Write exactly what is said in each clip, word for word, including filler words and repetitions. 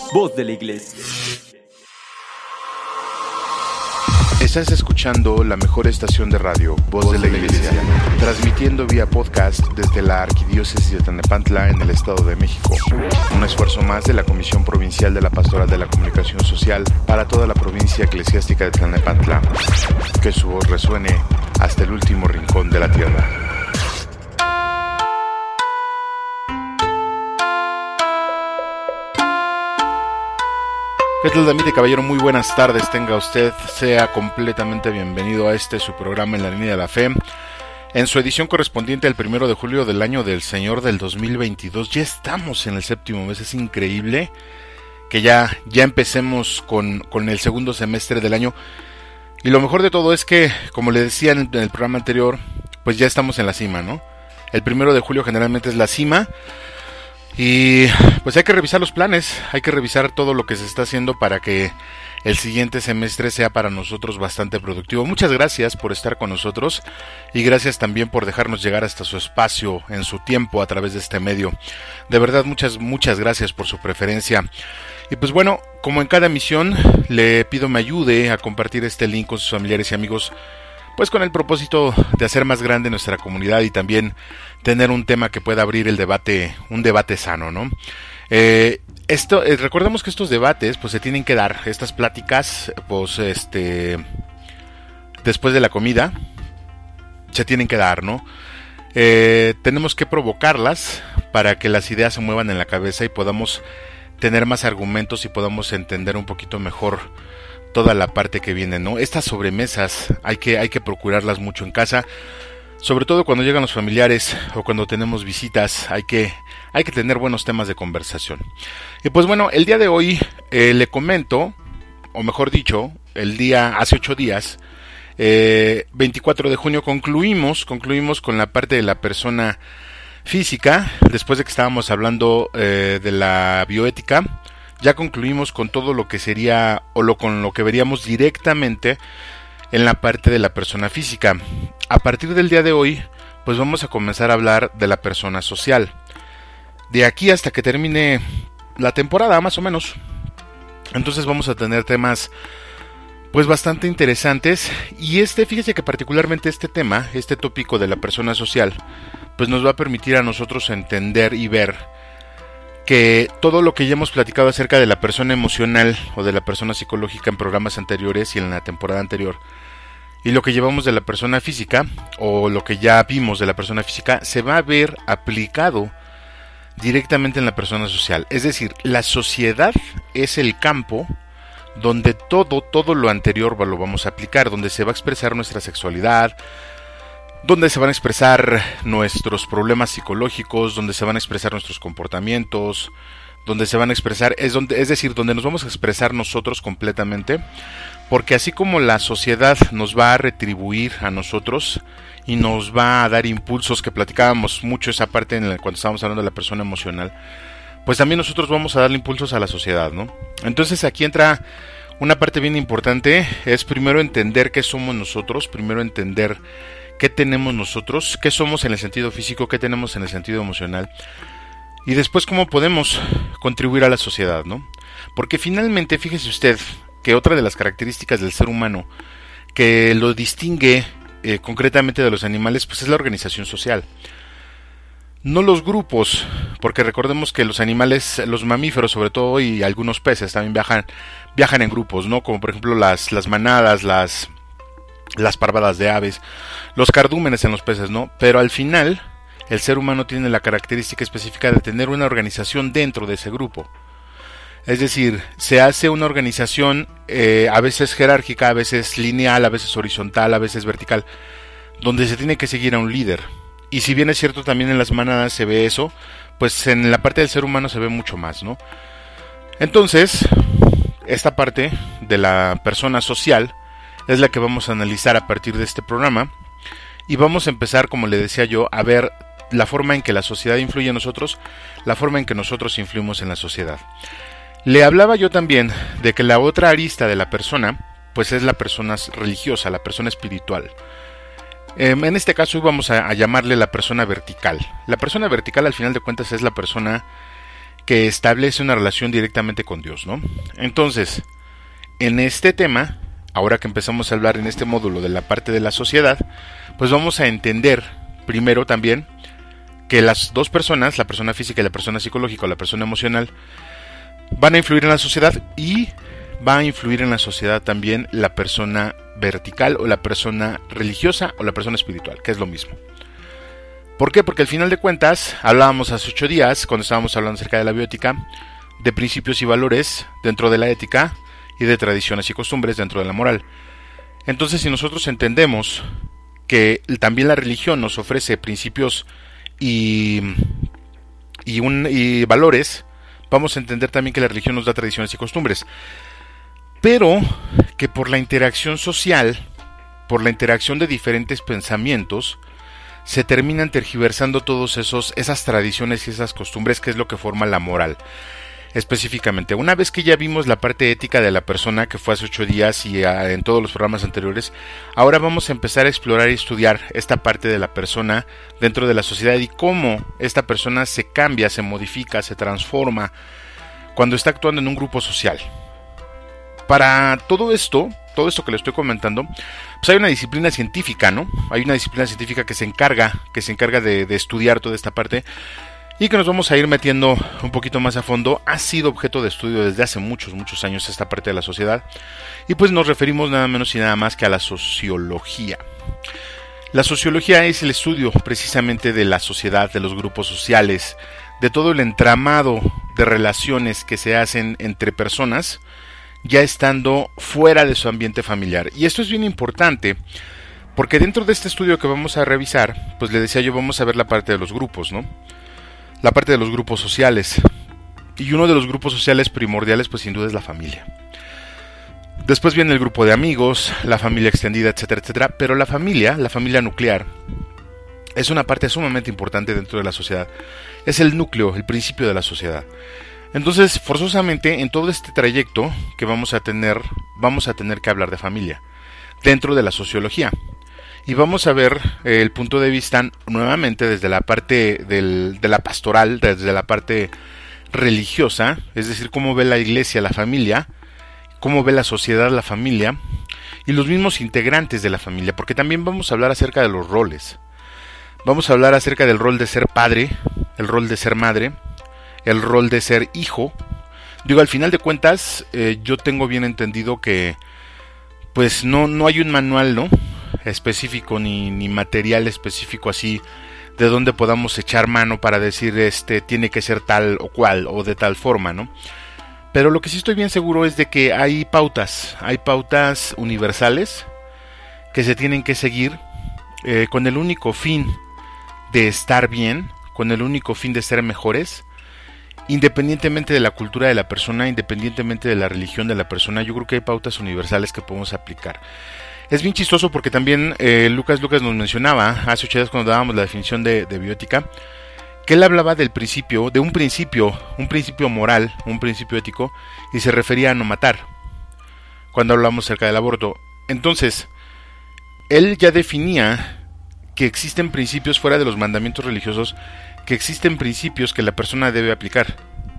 Voz de la Iglesia. Estás escuchando la mejor estación de radio, Voz de la Iglesia, transmitiendo vía podcast desde la Arquidiócesis de Tlalnepantla en el Estado de México. Un esfuerzo más de la Comisión Provincial de la Pastoral de la Comunicación Social para toda la provincia eclesiástica de Tlalnepantla. Que su voz resuene hasta el último rincón de la tierra. ¿Qué tal, damita y caballero? Muy buenas tardes, tenga usted, sea completamente bienvenido a este su programa En la Línea de la Fe, en su edición correspondiente al primero de julio del año del Señor del dos mil veintidós. Ya estamos en el séptimo mes, es increíble que ya, ya empecemos con, con el segundo semestre del año, y lo mejor de todo es que, como le decía en el programa anterior, pues ya estamos en la cima, ¿no? El primero de julio generalmente es la cima. Y pues hay que revisar los planes, hay que revisar todo lo que se está haciendo para que el siguiente semestre sea para nosotros bastante productivo. Muchas gracias por estar con nosotros y gracias también por dejarnos llegar hasta su espacio en su tiempo a través de este medio. De verdad, muchas, muchas gracias por su preferencia. Y pues bueno, como en cada emisión, le pido me ayude a compartir este link con sus familiares y amigos, pues con el propósito de hacer más grande nuestra comunidad y también tener un tema que pueda abrir el debate, un debate sano, ¿no? Eh, esto, eh, recordemos que estos debates, pues se tienen que dar, estas pláticas, pues este, después de la comida, se tienen que dar, ¿no? Eh, tenemos que provocarlas para que las ideas se muevan en la cabeza y podamos tener más argumentos y podamos entender un poquito mejor toda la parte que viene, ¿no? Estas sobremesas hay que, hay que procurarlas mucho en casa, sobre todo cuando llegan los familiares o cuando tenemos visitas, hay que, hay que tener buenos temas de conversación. Y pues bueno, el día de hoy eh, le comento, o mejor dicho, el día, hace ocho días, eh, veinticuatro de junio, concluimos, concluimos con la parte de la persona física, después de que estábamos hablando eh, de la bioética. Ya concluimos con todo lo que sería, o lo con lo que veríamos directamente en la parte de la persona física. A partir del día de hoy, pues vamos a comenzar a hablar de la persona social. De aquí hasta que termine la temporada, más o menos. Entonces vamos a tener temas, pues bastante interesantes. Y este, fíjese que particularmente este tema, este tópico de la persona social, pues nos va a permitir a nosotros entender y ver que todo lo que ya hemos platicado acerca de la persona emocional o de la persona psicológica en programas anteriores y en la temporada anterior, y lo que llevamos de la persona física, o lo que ya vimos de la persona física, se va a ver aplicado directamente en la persona social. Es decir, la sociedad es el campo donde todo, todo lo anterior lo vamos a aplicar, donde se va a expresar nuestra sexualidad, donde se van a expresar nuestros problemas psicológicos, donde se van a expresar nuestros comportamientos, donde se van a expresar, es, donde, es decir, donde nos vamos a expresar nosotros completamente, porque así como la sociedad nos va a retribuir a nosotros y nos va a dar impulsos, que platicábamos mucho esa parte en la, cuando estábamos hablando de la persona emocional, pues también nosotros vamos a darle impulsos a la sociedad, ¿no? Entonces aquí entra una parte bien importante, es primero entender qué somos nosotros, primero entender qué tenemos nosotros, qué somos en el sentido físico, qué tenemos en el sentido emocional, y después cómo podemos contribuir a la sociedad, ¿no? Porque finalmente, fíjese usted que otra de las características del ser humano que lo distingue eh, concretamente de los animales, pues es la organización social. No los grupos, porque recordemos que los animales, los mamíferos sobre todo, y algunos peces también viajan, viajan en grupos, ¿no? Como por ejemplo las, las manadas, las... las parvadas de aves, los cardúmenes en los peces, ¿no? Pero al final, el ser humano tiene la característica específica de tener una organización dentro de ese grupo. Es decir, se hace una organización eh, a veces jerárquica, a veces lineal, a veces horizontal, a veces vertical, donde se tiene que seguir a un líder. Y si bien es cierto también en las manadas se ve eso, pues en la parte del ser humano se ve mucho más, ¿no? Entonces, esta parte de la persona social es la que vamos a analizar a partir de este programa, y vamos a empezar, como le decía yo, a ver la forma en que la sociedad influye en nosotros, la forma en que nosotros influimos en la sociedad. Le hablaba yo también de que la otra arista de la persona, pues es la persona religiosa, la persona espiritual. Eh, en este caso íbamos a, a llamarle la persona vertical. La persona vertical, al final de cuentas, es la persona que establece una relación directamente con Dios, ¿no? Entonces, en este tema, ahora que empezamos a hablar en este módulo de la parte de la sociedad, pues vamos a entender primero también que las dos personas, la persona física y la persona psicológica o la persona emocional, van a influir en la sociedad, y va a influir en la sociedad también la persona vertical o la persona religiosa o la persona espiritual, que es lo mismo. ¿Por qué? Porque al final de cuentas, hablábamos hace ocho días, cuando estábamos hablando acerca de la bioética, de principios y valores dentro de la ética y de tradiciones y costumbres dentro de la moral. Entonces, si nosotros entendemos que también la religión nos ofrece principios y, y, un, y valores, vamos a entender también que la religión nos da tradiciones y costumbres. Pero que por la interacción social, por la interacción de diferentes pensamientos, se terminan tergiversando todos esos esas tradiciones y esas costumbres, que es lo que forma la moral. Específicamente, una vez que ya vimos la parte ética de la persona, que fue hace ocho días y a, en todos los programas anteriores, ahora vamos a empezar a explorar y estudiar esta parte de la persona dentro de la sociedad y cómo esta persona se cambia, se modifica, se transforma cuando está actuando en un grupo social. Para todo esto, todo esto que le estoy comentando, pues hay una disciplina científica, ¿no? Hay una disciplina científica que se encarga, que se encarga de, de estudiar toda esta parte y que nos vamos a ir metiendo un poquito más a fondo. Ha sido objeto de estudio desde hace muchos, muchos años esta parte de la sociedad, y pues nos referimos nada menos y nada más que a la sociología. La sociología es el estudio precisamente de la sociedad, de los grupos sociales, de todo el entramado de relaciones que se hacen entre personas, ya estando fuera de su ambiente familiar. Y esto es bien importante, porque dentro de este estudio que vamos a revisar, pues le decía yo, vamos a ver la parte de los grupos, ¿no? La parte de los grupos sociales. Y uno de los grupos sociales primordiales, pues sin duda es la familia. Después viene el grupo de amigos, la familia extendida, etcétera, etcétera. Pero la familia, la familia nuclear, es una parte sumamente importante dentro de la sociedad. Es el núcleo, el principio de la sociedad. Entonces, forzosamente, en todo este trayecto que vamos a tener, vamos a tener que hablar de familia, dentro de la sociología. Y vamos a ver eh, el punto de vista nuevamente desde la parte del, de la pastoral, desde la parte religiosa, es decir, cómo ve la iglesia la familia, cómo ve la sociedad la familia, y los mismos integrantes de la familia, porque también vamos a hablar acerca de los roles. Vamos a hablar acerca del rol de ser padre, el rol de ser madre, el rol de ser hijo. Digo, al final de cuentas, eh, yo tengo bien entendido que pues no, no hay un manual, ¿no?, específico, ni, ni material específico así de donde podamos echar mano para decir este tiene que ser tal o cual o de tal forma, ¿no? Pero lo que sí estoy bien seguro es de que hay pautas, hay pautas universales que se tienen que seguir eh, con el único fin de estar bien, con el único fin de ser mejores, independientemente de la cultura de la persona, independientemente de la religión de la persona. Yo creo que hay pautas universales que podemos aplicar. Es bien chistoso porque también eh, Lucas Lucas nos mencionaba hace ocho días cuando dábamos la definición de, de bioética, que él hablaba del principio, de un principio, un principio moral, un principio ético, y se refería a no matar, cuando hablamos acerca del aborto. Entonces, él ya definía que existen principios fuera de los mandamientos religiosos, que existen principios que la persona debe aplicar.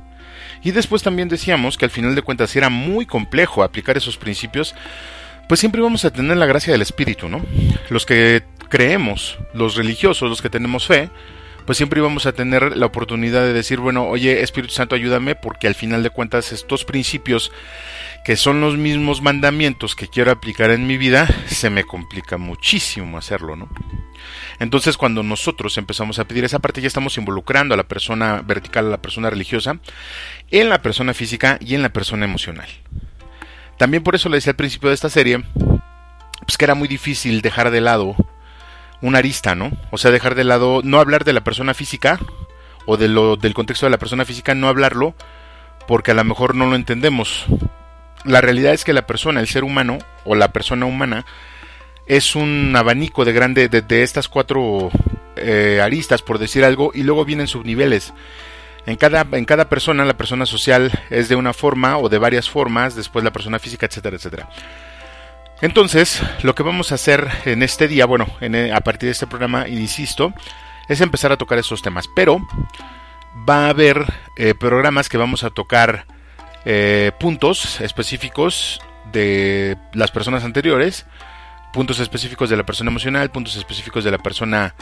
Y después también decíamos que al final de cuentas, si era muy complejo aplicar esos principios, pues siempre vamos a tener la gracia del Espíritu, ¿no? Los que creemos, los religiosos, los que tenemos fe, pues siempre íbamos a tener la oportunidad de decir, bueno, oye, Espíritu Santo, ayúdame, porque al final de cuentas estos principios, que son los mismos mandamientos que quiero aplicar en mi vida, se me complica muchísimo hacerlo, ¿no? Entonces, cuando nosotros empezamos a pedir esa parte, ya estamos involucrando a la persona vertical, a la persona religiosa, en la persona física y en la persona emocional. También por eso le decía al principio de esta serie, pues que era muy difícil dejar de lado una arista, ¿no? O sea, dejar de lado, no hablar de la persona física, o de lo, del contexto de la persona física, no hablarlo, porque a lo mejor no lo entendemos. La realidad es que la persona, el ser humano, o la persona humana, es un abanico de grande de, de estas cuatro eh, aristas, por decir algo, y luego vienen subniveles. En cada, en cada persona, la persona social es de una forma o de varias formas, después la persona física, etcétera, etcétera. Entonces, lo que vamos a hacer en este día, bueno, en, a partir de este programa, insisto, es empezar a tocar esos temas, pero va a haber eh, programas que vamos a tocar eh, puntos específicos de las personas anteriores, puntos específicos de la persona emocional, puntos específicos de la persona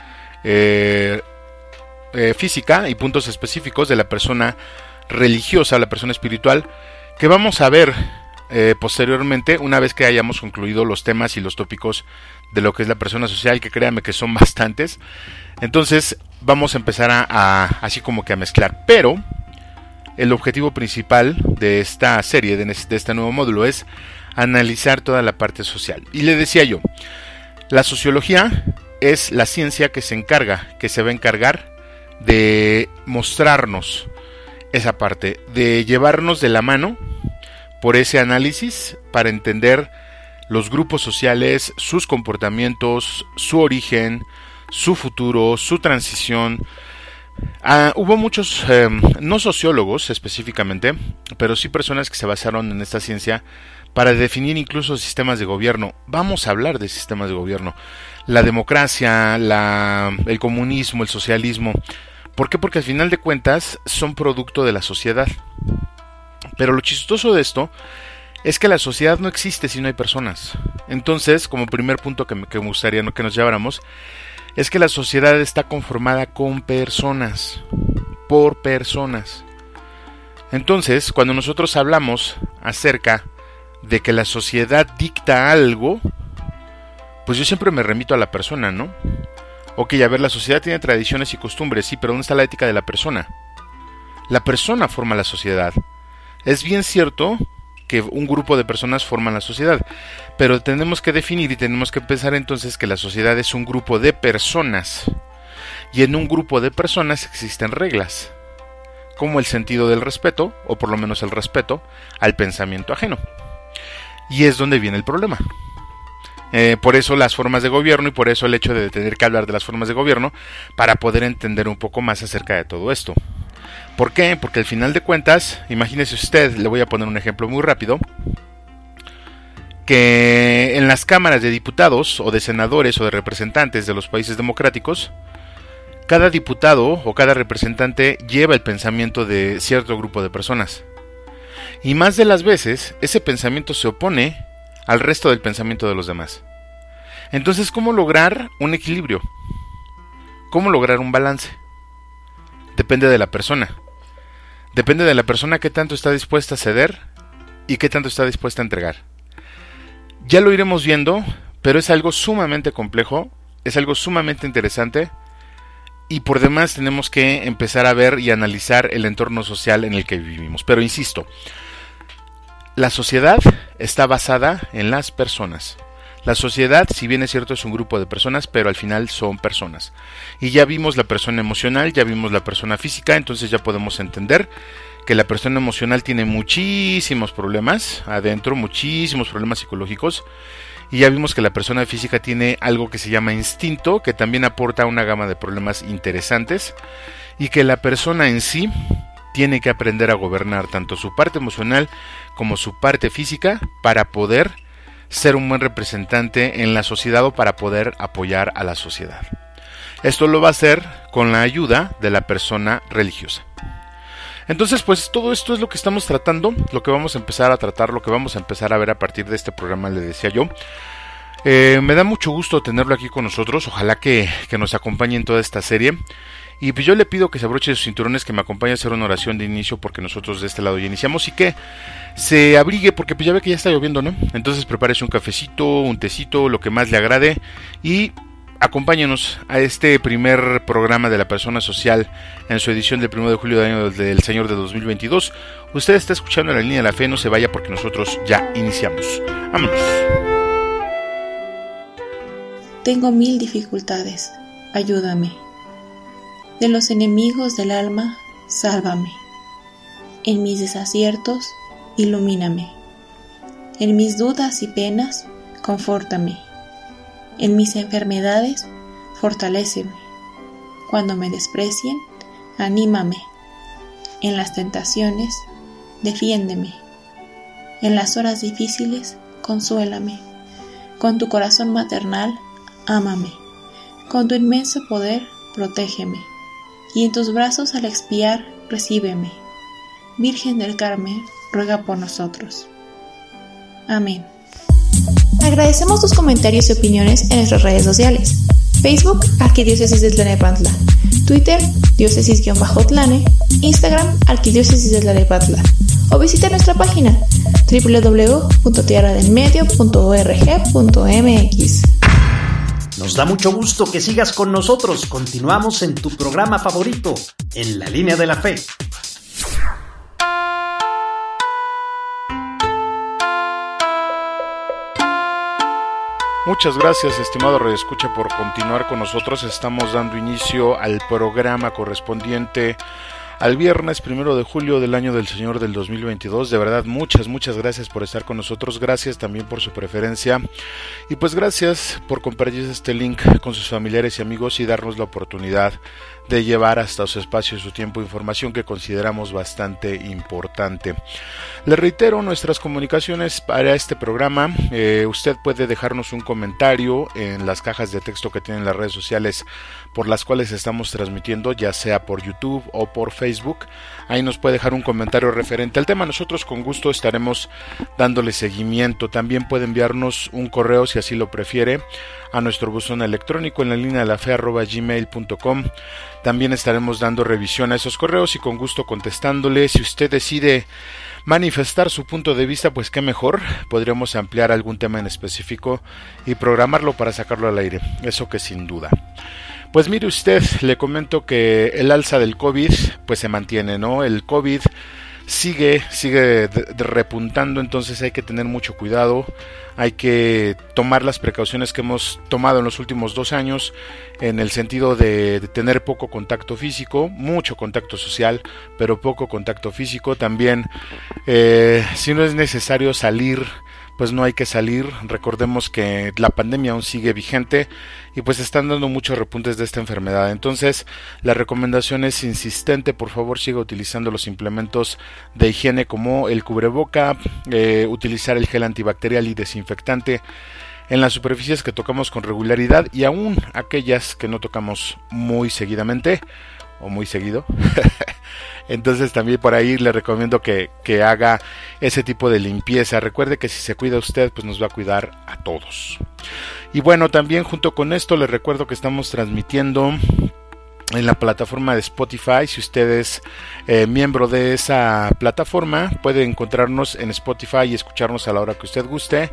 eh, eh, física y puntos específicos de la persona religiosa, la persona espiritual, que vamos a ver eh, posteriormente una vez que hayamos concluido los temas y los tópicos de lo que es la persona social, que créanme que son bastantes. Entonces vamos a empezar a, a así como que a mezclar, pero el objetivo principal de esta serie, de, de este nuevo módulo, es analizar toda la parte social. Y le decía yo, la sociología es la ciencia que se encarga, que se va a encargar de mostrarnos esa parte, de llevarnos de la mano por ese análisis para entender los grupos sociales, sus comportamientos, su origen, su futuro, su transición. Ah, hubo muchos, eh, no sociólogos específicamente, pero sí personas que se basaron en esta ciencia para definir incluso sistemas de gobierno. Vamos a hablar de sistemas de gobierno, la democracia, la, el comunismo, el socialismo. ¿Por qué? Porque al final de cuentas son producto de la sociedad. Pero lo chistoso de esto es que la sociedad no existe si no hay personas. Entonces, como primer punto que me, que me gustaría que nos lleváramos, es que la sociedad está conformada con personas, por personas. Entonces, cuando nosotros hablamos acerca de que la sociedad dicta algo, pues yo siempre me remito a la persona, ¿no? Ok, a ver, la sociedad tiene tradiciones y costumbres, sí, pero ¿dónde está la ética de la persona? La persona forma la sociedad. Es bien cierto que un grupo de personas forman la sociedad, pero tenemos que definir y tenemos que pensar entonces que la sociedad es un grupo de personas, y en un grupo de personas existen reglas, como el sentido del respeto, o por lo menos el respeto al pensamiento ajeno. Y es donde viene el problema. Eh, por eso las formas de gobierno y por eso el hecho de tener que hablar de las formas de gobierno para poder entender un poco más acerca de todo esto. ¿Por qué? Porque al final de cuentas, imagínese usted, le voy a poner un ejemplo muy rápido, que en las cámaras de diputados o de senadores o de representantes de los países democráticos, cada diputado o cada representante lleva el pensamiento de cierto grupo de personas. Y más de las veces, ese pensamiento se opone al resto del pensamiento de los demás. Entonces, ¿cómo lograr un equilibrio? ¿Cómo lograr un balance? Depende de la persona. Depende de la persona qué tanto está dispuesta a ceder y qué tanto está dispuesta a entregar. Ya lo iremos viendo, pero es algo sumamente complejo, es algo sumamente interesante y por demás tenemos que empezar a ver y analizar el entorno social en el que vivimos. Pero insisto, la sociedad está basada en las personas. La sociedad, si bien es cierto, es un grupo de personas, pero al final son personas. Y ya vimos la persona emocional, ya vimos la persona física, entonces ya podemos entender que la persona emocional tiene muchísimos problemas adentro, muchísimos problemas psicológicos. Y ya vimos que la persona física tiene algo que se llama instinto, que también aporta una gama de problemas interesantes. Y que la persona en sí tiene que aprender a gobernar tanto su parte emocional como su parte física para poder ser un buen representante en la sociedad o para poder apoyar a la sociedad. Esto lo va a hacer con la ayuda de la persona religiosa. Entonces, pues todo esto es lo que estamos tratando, lo que vamos a empezar a tratar, lo que vamos a empezar a ver a partir de este programa, le decía yo. Eh, me da mucho gusto tenerlo aquí con nosotros, ojalá que, que nos acompañe en toda esta serie. Y pues yo le pido que se abroche sus cinturones, que me acompañe a hacer una oración de inicio, porque nosotros de este lado ya iniciamos, y que se abrigue, porque pues ya ve que ya está lloviendo, ¿no? Entonces prepárese un cafecito, un tecito, lo que más le agrade, y acompáñenos a este primer programa de la persona social en su edición del primero de julio del año del Señor de dos mil veintidós. Usted está escuchando en la línea de la fe, no se vaya porque nosotros ya iniciamos. Vámonos. Tengo mil dificultades, ayúdame. De los enemigos del alma, sálvame. En mis desaciertos, ilumíname. En mis dudas y penas, confórtame. En mis enfermedades, fortaléceme. Cuando me desprecien, anímame. En las tentaciones, defiéndeme. En las horas difíciles, consuélame. Con tu corazón maternal, ámame. Con tu inmenso poder, protégeme. Y en tus brazos al expiar, recíbeme. Virgen del Carmen, ruega por nosotros. Amén. Agradecemos tus comentarios y opiniones en nuestras redes sociales. Facebook, Arquidiócesis de Tlalnepantla. Twitter, diócesis-tlane. Instagram, Arquidiócesis de Tlalnepantla. O visita nuestra página doble u doble u doble u punto tierra del medio punto org punto m x. Nos da mucho gusto que sigas con nosotros. Continuamos en tu programa favorito, En la Línea de la Fe. Muchas gracias, estimado radioescucha, por continuar con nosotros. Estamos dando inicio al programa correspondiente al viernes primero de julio del año del Señor del dos mil veintidós. De verdad, muchas, muchas gracias por estar con nosotros. Gracias también por su preferencia. Y pues gracias por compartir este link con sus familiares y amigos y darnos la oportunidad de llevar hasta su espacio y su tiempo información que consideramos bastante importante. Le reitero nuestras comunicaciones para este programa. Eh, usted puede dejarnos un comentario en las cajas de texto que tienen las redes sociales por las cuales estamos transmitiendo, ya sea por YouTube o por Facebook. Ahí nos puede dejar un comentario referente al tema. Nosotros con gusto estaremos dándole seguimiento. También puede enviarnos un correo si así lo prefiere a nuestro buzón electrónico en la línea de la fe arroba gmail punto com. También estaremos dando revisión a esos correos y con gusto contestándole. Si usted decide manifestar su punto de vista, pues qué mejor, podríamos ampliar algún tema en específico y programarlo para sacarlo al aire, eso que sin duda. Pues mire usted, le comento que el alza del COVID pues se mantiene, ¿no? El COVID sigue, sigue de, de repuntando, entonces hay que tener mucho cuidado, hay que tomar las precauciones que hemos tomado en los últimos dos años, en el sentido de, de tener poco contacto físico, mucho contacto social, pero poco contacto físico. También, eh, si no es necesario salir, pues no hay que salir. Recordemos que la pandemia aún sigue vigente y pues están dando muchos repuntes de esta enfermedad. Entonces la recomendación es insistente, por favor siga utilizando los implementos de higiene como el cubreboca, eh, utilizar el gel antibacterial y desinfectante en las superficies que tocamos con regularidad y aún aquellas que no tocamos muy seguidamente o muy seguido. Entonces también por ahí le recomiendo que, que haga ese tipo de limpieza. Recuerde que si se cuida usted, pues nos va a cuidar a todos. Y bueno, también junto con esto les recuerdo que estamos transmitiendo en la plataforma de Spotify. Si usted es eh, miembro de esa plataforma, puede encontrarnos en Spotify y escucharnos a la hora que usted guste.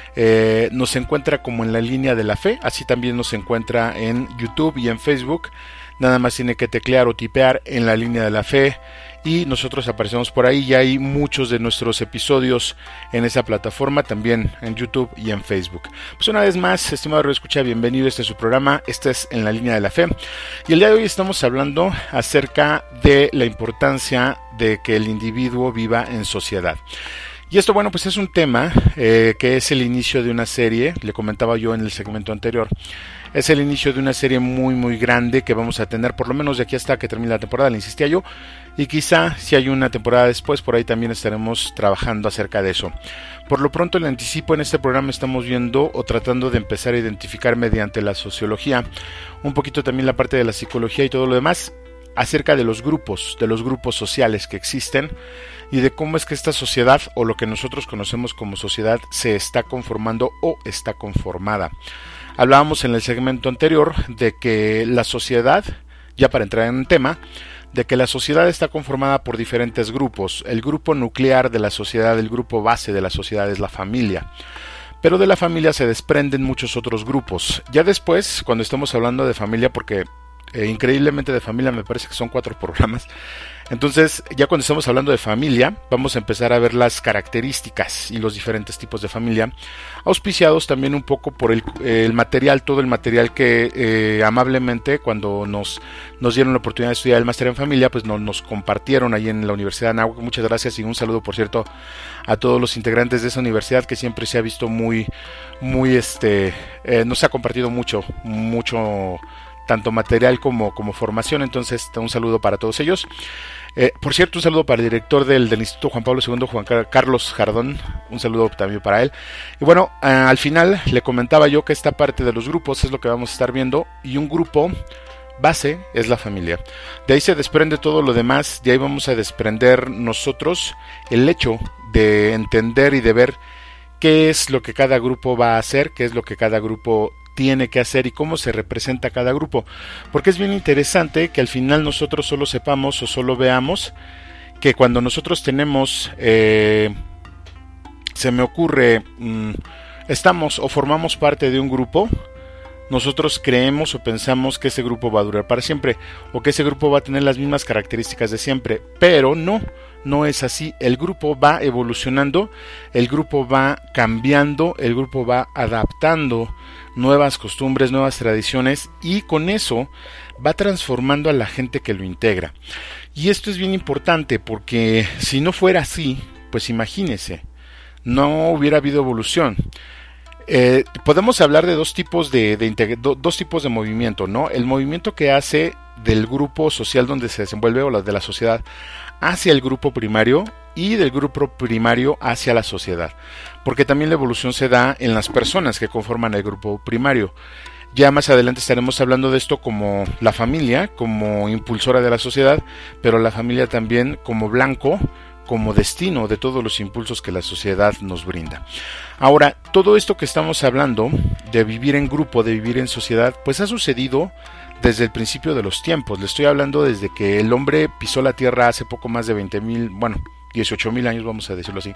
Eh, nos encuentra como En la Línea de la Fe, así también nos encuentra en YouTube y en Facebook. Nada más tiene que teclear o tipear En la Línea de la Fe y nosotros aparecemos por ahí. Ya hay muchos de nuestros episodios en esa plataforma, también en YouTube y en Facebook. Pues una vez más, estimado radioescucha, bienvenido. Este es su programa, este es En la Línea de la Fe. Y el día de hoy estamos hablando acerca de la importancia de que el individuo viva en sociedad. Y esto, bueno, pues es un tema eh, que es el inicio de una serie, le comentaba yo en el segmento anterior. Es el inicio de una serie muy muy grande que vamos a tener por lo menos de aquí hasta que termine la temporada, le insistía yo, y quizá si hay una temporada después, por ahí también estaremos trabajando acerca de eso. Por lo pronto le anticipo, en este programa estamos viendo o tratando de empezar a identificar mediante la sociología, un poquito también la parte de la psicología y todo lo demás, acerca de los grupos, de los grupos sociales que existen y de cómo es que esta sociedad o lo que nosotros conocemos como sociedad se está conformando o está conformada. Hablábamos en el segmento anterior de que la sociedad, ya para entrar en el tema, de que la sociedad está conformada por diferentes grupos. El grupo nuclear de la sociedad, el grupo base de la sociedad es la familia. Pero de la familia se desprenden muchos otros grupos. Ya después, cuando estemos hablando de familia, porque eh, increíblemente de familia me parece que son cuatro programas, entonces ya cuando estamos hablando de familia vamos a empezar a ver las características y los diferentes tipos de familia, auspiciados también un poco por el, el material, todo el material que eh, amablemente cuando nos, nos dieron la oportunidad de estudiar el máster en familia, pues nos, nos compartieron ahí en la Universidad de Anáhuac. Muchas gracias y un saludo, por cierto, a todos los integrantes de esa universidad, que siempre se ha visto muy, muy, este, eh, nos ha compartido mucho, mucho, tanto material como, como formación. Entonces un saludo para todos ellos. Eh, por cierto, un saludo para el director del, del Instituto Juan Pablo segundo, Juan Carlos Jardón, un saludo también para él. Y bueno, eh, al final le comentaba yo que esta parte de los grupos es lo que vamos a estar viendo, y un grupo base es la familia. De ahí se desprende todo lo demás, de ahí vamos a desprender nosotros el hecho de entender y de ver qué es lo que cada grupo va a hacer, qué es lo que cada grupo tiene que hacer y cómo se representa cada grupo. Porque es bien interesante que al final nosotros solo sepamos o solo veamos que cuando nosotros tenemos, eh, se me ocurre, mmm, estamos o formamos parte de un grupo, nosotros creemos o pensamos que ese grupo va a durar para siempre o que ese grupo va a tener las mismas características de siempre, pero no, no es así. El grupo va evolucionando, el grupo va cambiando, el grupo va adaptando nuevas costumbres, nuevas tradiciones y con eso va transformando a la gente que lo integra. Y esto es bien importante porque si no fuera así, pues imagínese, no hubiera habido evolución. Eh, podemos hablar de dos tipos de, de integ- do, dos tipos de movimiento, ¿no? El movimiento que hace del grupo social donde se desenvuelve o la de la sociedad hacia el grupo primario y del grupo primario hacia la sociedad, porque también la evolución se da en las personas que conforman el grupo primario. Ya más adelante estaremos hablando de esto como la familia, como impulsora de la sociedad, pero la familia también como blanco, como destino de todos los impulsos que la sociedad nos brinda. Ahora, todo esto que estamos hablando de vivir en grupo, de vivir en sociedad, pues ha sucedido desde el principio de los tiempos. Le estoy hablando desde que el hombre pisó la tierra hace poco más de veinte mil, bueno, dieciocho mil años, vamos a decirlo así.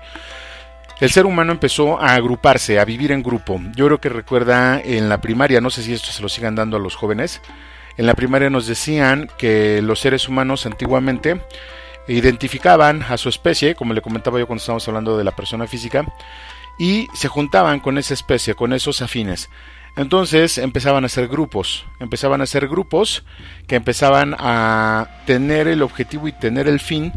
El ser humano empezó a agruparse, a vivir en grupo. Yo creo que recuerda en la primaria, no sé si esto se lo sigan dando a los jóvenes, en la primaria nos decían que los seres humanos antiguamente identificaban a su especie, como le comentaba yo cuando estábamos hablando de la persona física, y se juntaban con esa especie, con esos afines. Entonces empezaban a hacer grupos, empezaban a hacer grupos que empezaban a tener el objetivo y tener el fin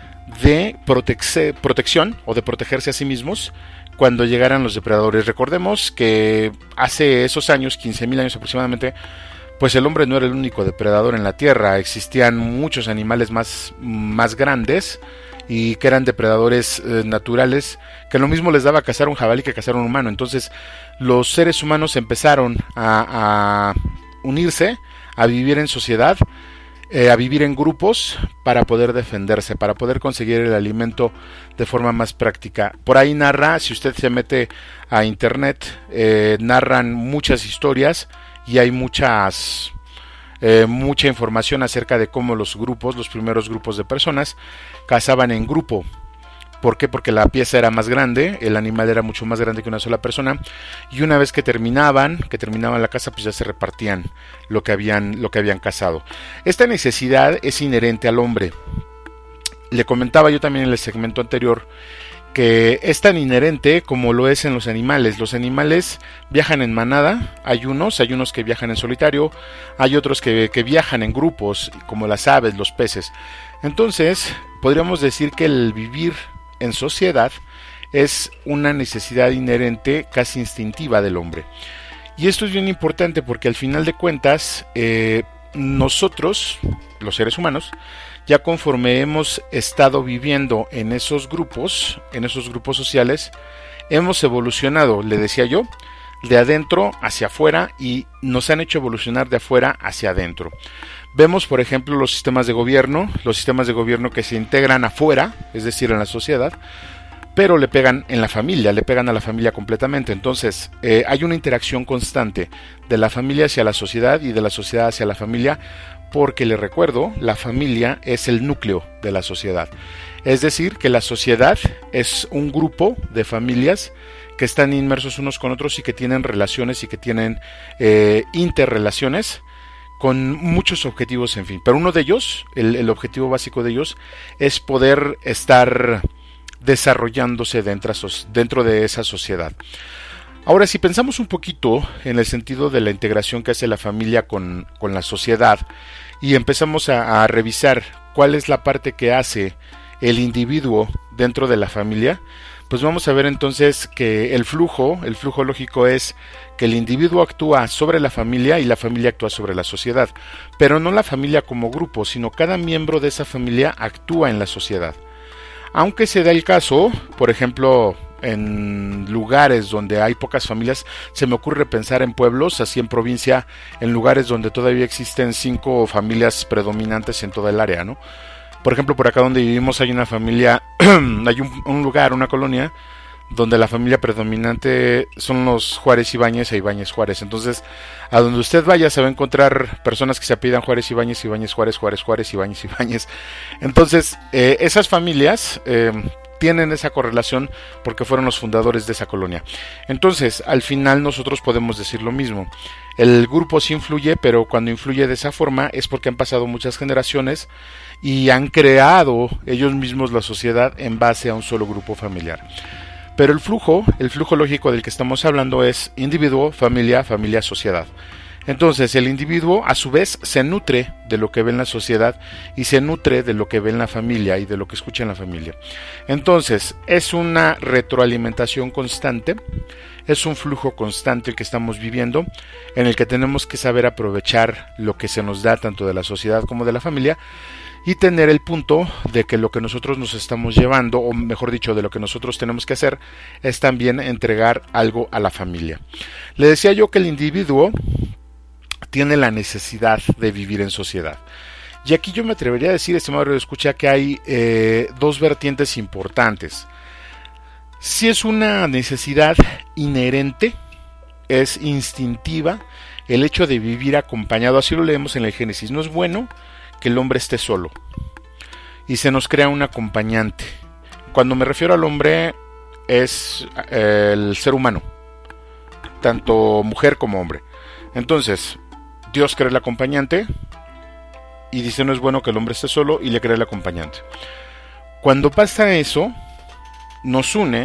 de protece- protección o de protegerse a sí mismos cuando llegaran los depredadores. Recordemos que hace esos años, quince mil años aproximadamente, pues el hombre no era el único depredador en la tierra, existían muchos animales más, más grandes y que eran depredadores eh, naturales, que lo mismo les daba cazar un jabalí que cazar un humano. Entonces los seres humanos empezaron a, a unirse, a vivir en sociedad, eh, a vivir en grupos para poder defenderse, para poder conseguir el alimento de forma más práctica. Por ahí narra, si usted se mete a internet, eh, narran muchas historias y hay muchas eh, mucha información acerca de cómo los grupos, los primeros grupos de personas cazaban en grupo. ¿Por qué? Porque la pieza era más grande, el animal era mucho más grande que una sola persona, y una vez que terminaban, que terminaban la caza, pues ya se repartían lo que habían, lo que habían cazado. Esta necesidad es inherente al hombre. Le comentaba yo también en el segmento anterior que es tan inherente como lo es en los animales. Los animales viajan en manada, hay unos, hay unos que viajan en solitario, hay otros que, que viajan en grupos, como las aves, los peces. Entonces, podríamos decir que el vivir en sociedad es una necesidad inherente, casi instintiva del hombre. Y esto es bien importante porque al final de cuentas, eh, nosotros, los seres humanos, ya conforme hemos estado viviendo en esos grupos, en esos grupos sociales, hemos evolucionado, le decía yo, de adentro hacia afuera y nos han hecho evolucionar de afuera hacia adentro. Vemos, por ejemplo, los sistemas de gobierno, los sistemas de gobierno que se integran afuera, es decir, en la sociedad, pero le pegan en la familia, le pegan a la familia completamente. Entonces, eh, hay una interacción constante de la familia hacia la sociedad y de la sociedad hacia la familia, porque le recuerdo, la familia es el núcleo de la sociedad. Es decir, que la sociedad es un grupo de familias que están inmersos unos con otros y que tienen relaciones y que tienen eh, interrelaciones con muchos objetivos, en fin. Pero uno de ellos, el, el objetivo básico de ellos, es poder estar desarrollándose dentro, dentro de esa sociedad. Ahora, si pensamos un poquito en el sentido de la integración que hace la familia con, con la sociedad y empezamos a, a revisar cuál es la parte que hace el individuo dentro de la familia, pues vamos a ver entonces que el flujo, el flujo lógico es que el individuo actúa sobre la familia y la familia actúa sobre la sociedad, pero no la familia como grupo, sino cada miembro de esa familia actúa en la sociedad. Aunque se da el caso, por ejemplo, en lugares donde hay pocas familias, se me ocurre pensar en pueblos, así en provincia, en lugares donde todavía existen cinco familias predominantes en toda el área, ¿no? Por ejemplo, por acá donde vivimos hay una familia, hay un, un lugar, una colonia, donde la familia predominante son los Juárez Ibáñez e Ibáñez Juárez. Entonces, a donde usted vaya se va a encontrar personas que se apellidan Juárez Ibáñez, Ibáñez Juárez, Juárez Juárez, Ibáñez Ibáñez. Entonces, eh, esas familias eh, tienen esa correlación porque fueron los fundadores de esa colonia. Entonces, al final nosotros podemos decir lo mismo. El grupo sí influye, pero cuando influye de esa forma es porque han pasado muchas generaciones y han creado ellos mismos la sociedad en base a un solo grupo familiar. Pero el flujo, el flujo lógico del que estamos hablando es individuo, familia, familia, sociedad. Entonces el individuo a su vez se nutre de lo que ve en la sociedad y se nutre de lo que ve en la familia y de lo que escucha en la familia. Entonces es una retroalimentación constante, es un flujo constante el que estamos viviendo, en el que tenemos que saber aprovechar lo que se nos da tanto de la sociedad como de la familia y tener el punto de que lo que nosotros nos estamos llevando, o mejor dicho, de lo que nosotros tenemos que hacer, es también entregar algo a la familia. Le decía yo que el individuo tiene la necesidad de vivir en sociedad. Y aquí yo me atrevería a decir, estimado radio escucha, que hay eh, dos vertientes importantes. Si es una necesidad inherente, es instintiva, el hecho de vivir acompañado, así lo leemos en el Génesis, no es bueno que el hombre esté solo y se nos crea un acompañante. Cuando me refiero al hombre es eh, el ser humano, tanto mujer como hombre. Entonces Dios crea el acompañante y dice no es bueno que el hombre esté solo y le crea el acompañante. Cuando pasa eso nos une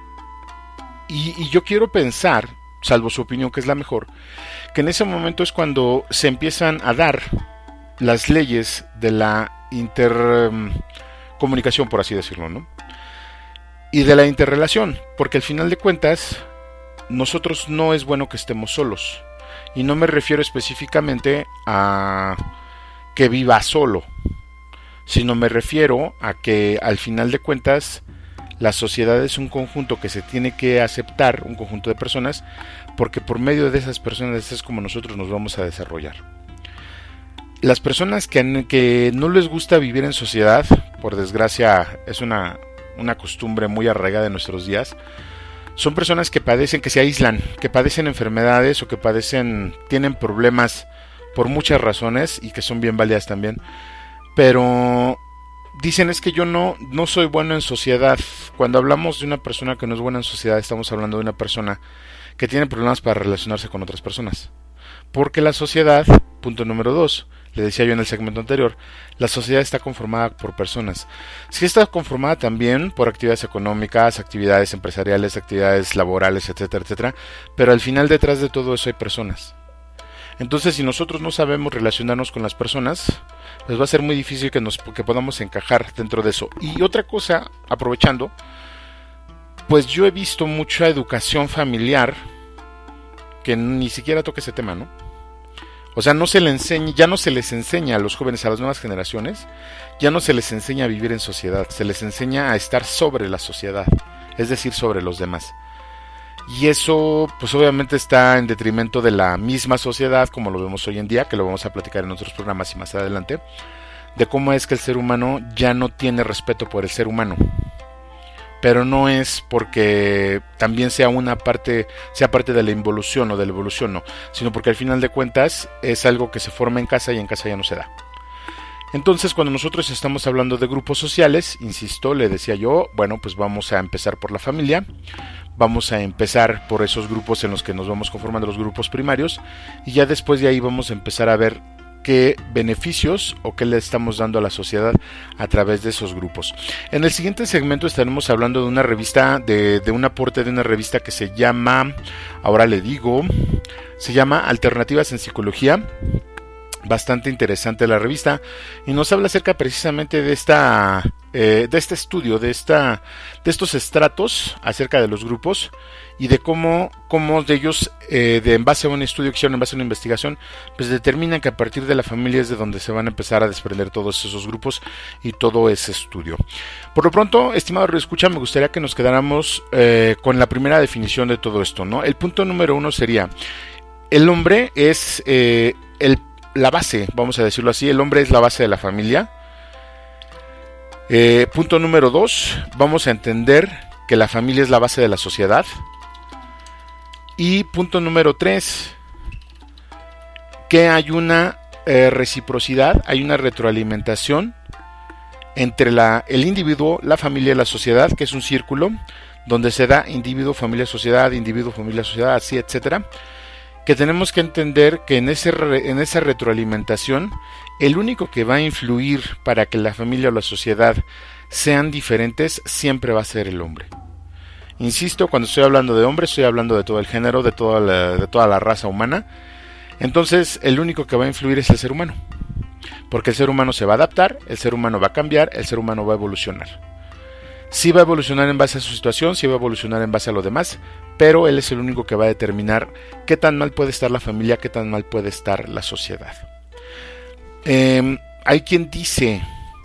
y, y yo quiero pensar, salvo su opinión que es la mejor, que en ese momento es cuando se empiezan a dar las leyes de la intercomunicación, por así decirlo, ¿no? Y de la interrelación, porque al final de cuentas nosotros no es bueno que estemos solos, y no me refiero específicamente a que viva solo, sino me refiero a que al final de cuentas la sociedad es un conjunto que se tiene que aceptar, un conjunto de personas, porque por medio de esas personas es como nosotros nos vamos a desarrollar. Las personas que, que no les gusta vivir en sociedad, por desgracia es una, una costumbre muy arraigada de nuestros días, son personas que padecen, que se aíslan, que padecen enfermedades o que padecen, tienen problemas por muchas razones y que son bien válidas también, pero dicen es que yo no, no soy bueno en sociedad. Cuando hablamos de una persona que no es buena en sociedad, estamos hablando de una persona que tiene problemas para relacionarse con otras personas, porque la sociedad, punto número dos, le decía yo en el segmento anterior, la sociedad está conformada por personas. Sí está conformada también por actividades económicas, actividades empresariales, actividades laborales, etcétera, etcétera, pero al final detrás de todo eso hay personas. Entonces, si nosotros no sabemos relacionarnos con las personas, pues va a ser muy difícil que, nos, que podamos encajar dentro de eso. Y otra cosa, aprovechando, pues yo he visto mucha educación familiar que ni siquiera toca ese tema, ¿no? O sea, no se le enseña, ya no se les enseña a los jóvenes, a las nuevas generaciones, ya no se les enseña a vivir en sociedad, se les enseña a estar sobre la sociedad, es decir, sobre los demás. Y eso, pues obviamente está en detrimento de la misma sociedad, como lo vemos hoy en día, que lo vamos a platicar en otros programas y más adelante, de cómo es que el ser humano ya no tiene respeto por el ser humano. Pero no es porque también sea una parte, sea parte de la involución o de la evolución, no, sino porque al final de cuentas es algo que se forma en casa y en casa ya no se da. Entonces, cuando nosotros estamos hablando de grupos sociales, insisto, le decía yo, bueno, pues vamos a empezar por la familia, vamos a empezar por esos grupos en los que nos vamos conformando los grupos primarios, y ya después de ahí vamos a empezar a ver qué beneficios o qué le estamos dando a la sociedad a través de esos grupos. En el siguiente segmento estaremos hablando de una revista, de, de un aporte de una revista que se llama, ahora le digo, se llama Alternativas en Psicología. Bastante interesante la revista y nos habla acerca precisamente de esta eh, de este estudio, de, esta, de estos estratos acerca de los grupos y de cómo, cómo de ellos, eh, de, en base a un estudio que hicieron, en base a una investigación, pues determinan que a partir de la familia es de donde se van a empezar a desprender todos esos grupos y todo ese estudio. Por lo pronto, estimado reescucha, me gustaría que nos quedáramos eh, con la primera definición de todo esto, ¿no? El punto número uno sería, el hombre es eh, el, la base, vamos a decirlo así, el hombre es la base de la familia. Eh, punto número dos, vamos a entender que la familia es la base de la sociedad. Y punto número tres, que hay una eh, reciprocidad, hay una retroalimentación entre la, el individuo, la familia y la sociedad, que es un círculo donde se da individuo, familia, sociedad, individuo, familia, sociedad, así, etcétera. Que tenemos que entender que en, ese, en esa retroalimentación, el único que va a influir para que la familia o la sociedad sean diferentes siempre va a ser el hombre. Insisto, cuando estoy hablando de hombre, estoy hablando de todo el género, de toda la, de toda la raza humana. Entonces, el único que va a influir es el ser humano. Porque el ser humano se va a adaptar, el ser humano va a cambiar, el ser humano va a evolucionar. Sí va a evolucionar en base a su situación, sí va a evolucionar en base a lo demás, pero él es el único que va a determinar qué tan mal puede estar la familia, qué tan mal puede estar la sociedad. Eh, hay quien dice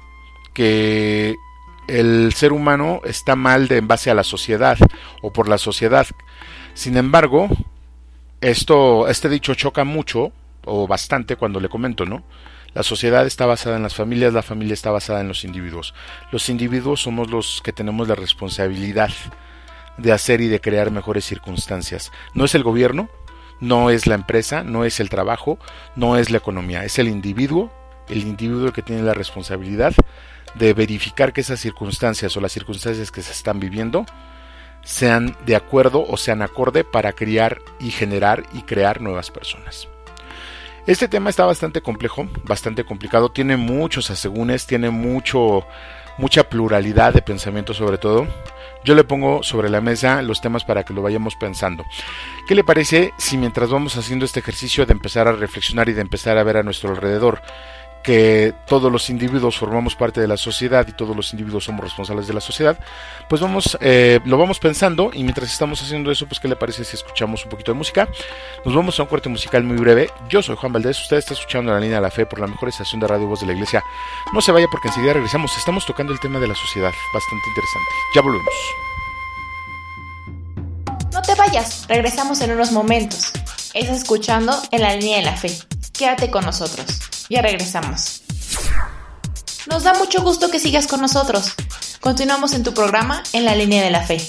que el ser humano está mal de, en base a la sociedad o por la sociedad. Sin embargo, esto, este dicho choca mucho o bastante cuando le comento, ¿no? La sociedad está basada en las familias, la familia está basada en los individuos. Los individuos somos los que tenemos la responsabilidad de hacer y de crear mejores circunstancias. No es el gobierno, no es la empresa, no es el trabajo, no es la economía, es el individuo, el individuo el que tiene la responsabilidad de verificar que esas circunstancias o las circunstancias que se están viviendo sean de acuerdo o sean acorde para criar y generar y crear nuevas personas. Este tema está bastante complejo, bastante complicado, tiene muchos asegúnes, tiene mucho, mucha pluralidad de pensamiento sobre todo. Yo le pongo sobre la mesa los temas para que lo vayamos pensando. ¿Qué le parece si mientras vamos haciendo este ejercicio de empezar a reflexionar y de empezar a ver a nuestro alrededor que todos los individuos formamos parte de la sociedad y todos los individuos somos responsables de la sociedad, pues vamos, eh, lo vamos pensando, y mientras estamos haciendo eso, pues qué le parece si escuchamos un poquito de música? Nos vamos a un corte musical muy breve. Yo soy Juan Valdés, usted está escuchando La Línea de la Fe por la mejor estación de radio Voz de la Iglesia. No se vaya porque enseguida regresamos, estamos tocando el tema de la sociedad, bastante interesante. Ya volvemos. No te vayas, regresamos en unos momentos. Estás escuchando En la Línea de la Fe. Quédate con nosotros. Ya regresamos. Nos da mucho gusto que sigas con nosotros. Continuamos en tu programa En la Línea de la Fe.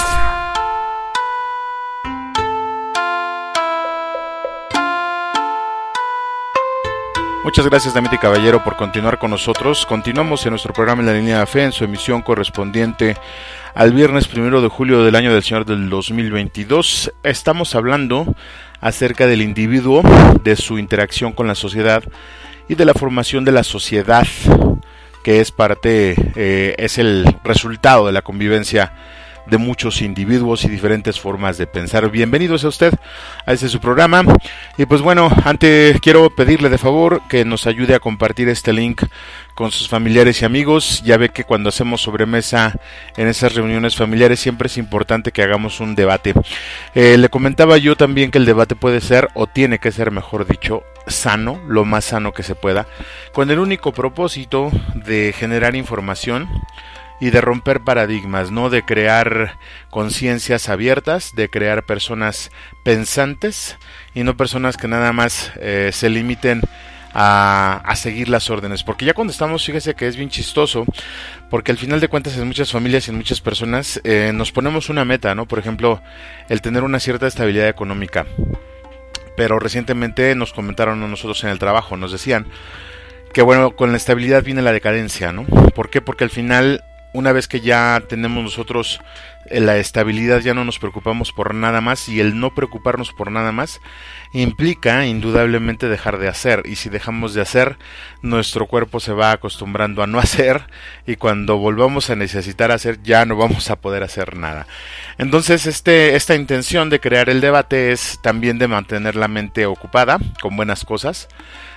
Muchas gracias, damita y caballero, por continuar con nosotros. Continuamos en nuestro programa En la Línea de la Fe, en su emisión correspondiente al viernes primero de julio del año del Señor del dos mil veintidós. Estamos hablando acerca del individuo, de su interacción con la sociedad y de la formación de la sociedad, que es parte, eh, es el resultado de la convivencia de muchos individuos y diferentes formas de pensar. Bienvenidos a usted a este su programa. Y pues bueno, antes quiero pedirle de favor que nos ayude a compartir este link con sus familiares y amigos. Ya ve que cuando hacemos sobremesa en esas reuniones familiares siempre es importante que hagamos un debate. Eh, le comentaba yo también que el debate puede ser, o tiene que ser mejor dicho, sano, lo más sano que se pueda, con el único propósito de generar información y de romper paradigmas, ¿no? De crear conciencias abiertas, de crear personas pensantes y no personas que nada más eh, se limiten a, a seguir las órdenes. Porque ya cuando estamos, fíjese que es bien chistoso, porque al final de cuentas en muchas familias y en muchas personas eh, nos ponemos una meta, ¿no? Por ejemplo, el tener una cierta estabilidad económica. Pero recientemente nos comentaron a nosotros en el trabajo, nos decían que bueno, con la estabilidad viene la decadencia, ¿no? ¿Por qué? Porque al final, una vez que ya tenemos nosotros la estabilidad, ya no nos preocupamos por nada más, y el no preocuparnos por nada más implica indudablemente dejar de hacer, y si dejamos de hacer, nuestro cuerpo se va acostumbrando a no hacer, y cuando volvamos a necesitar hacer, ya no vamos a poder hacer nada. Entonces este, esta intención de crear el debate es también de mantener la mente ocupada con buenas cosas,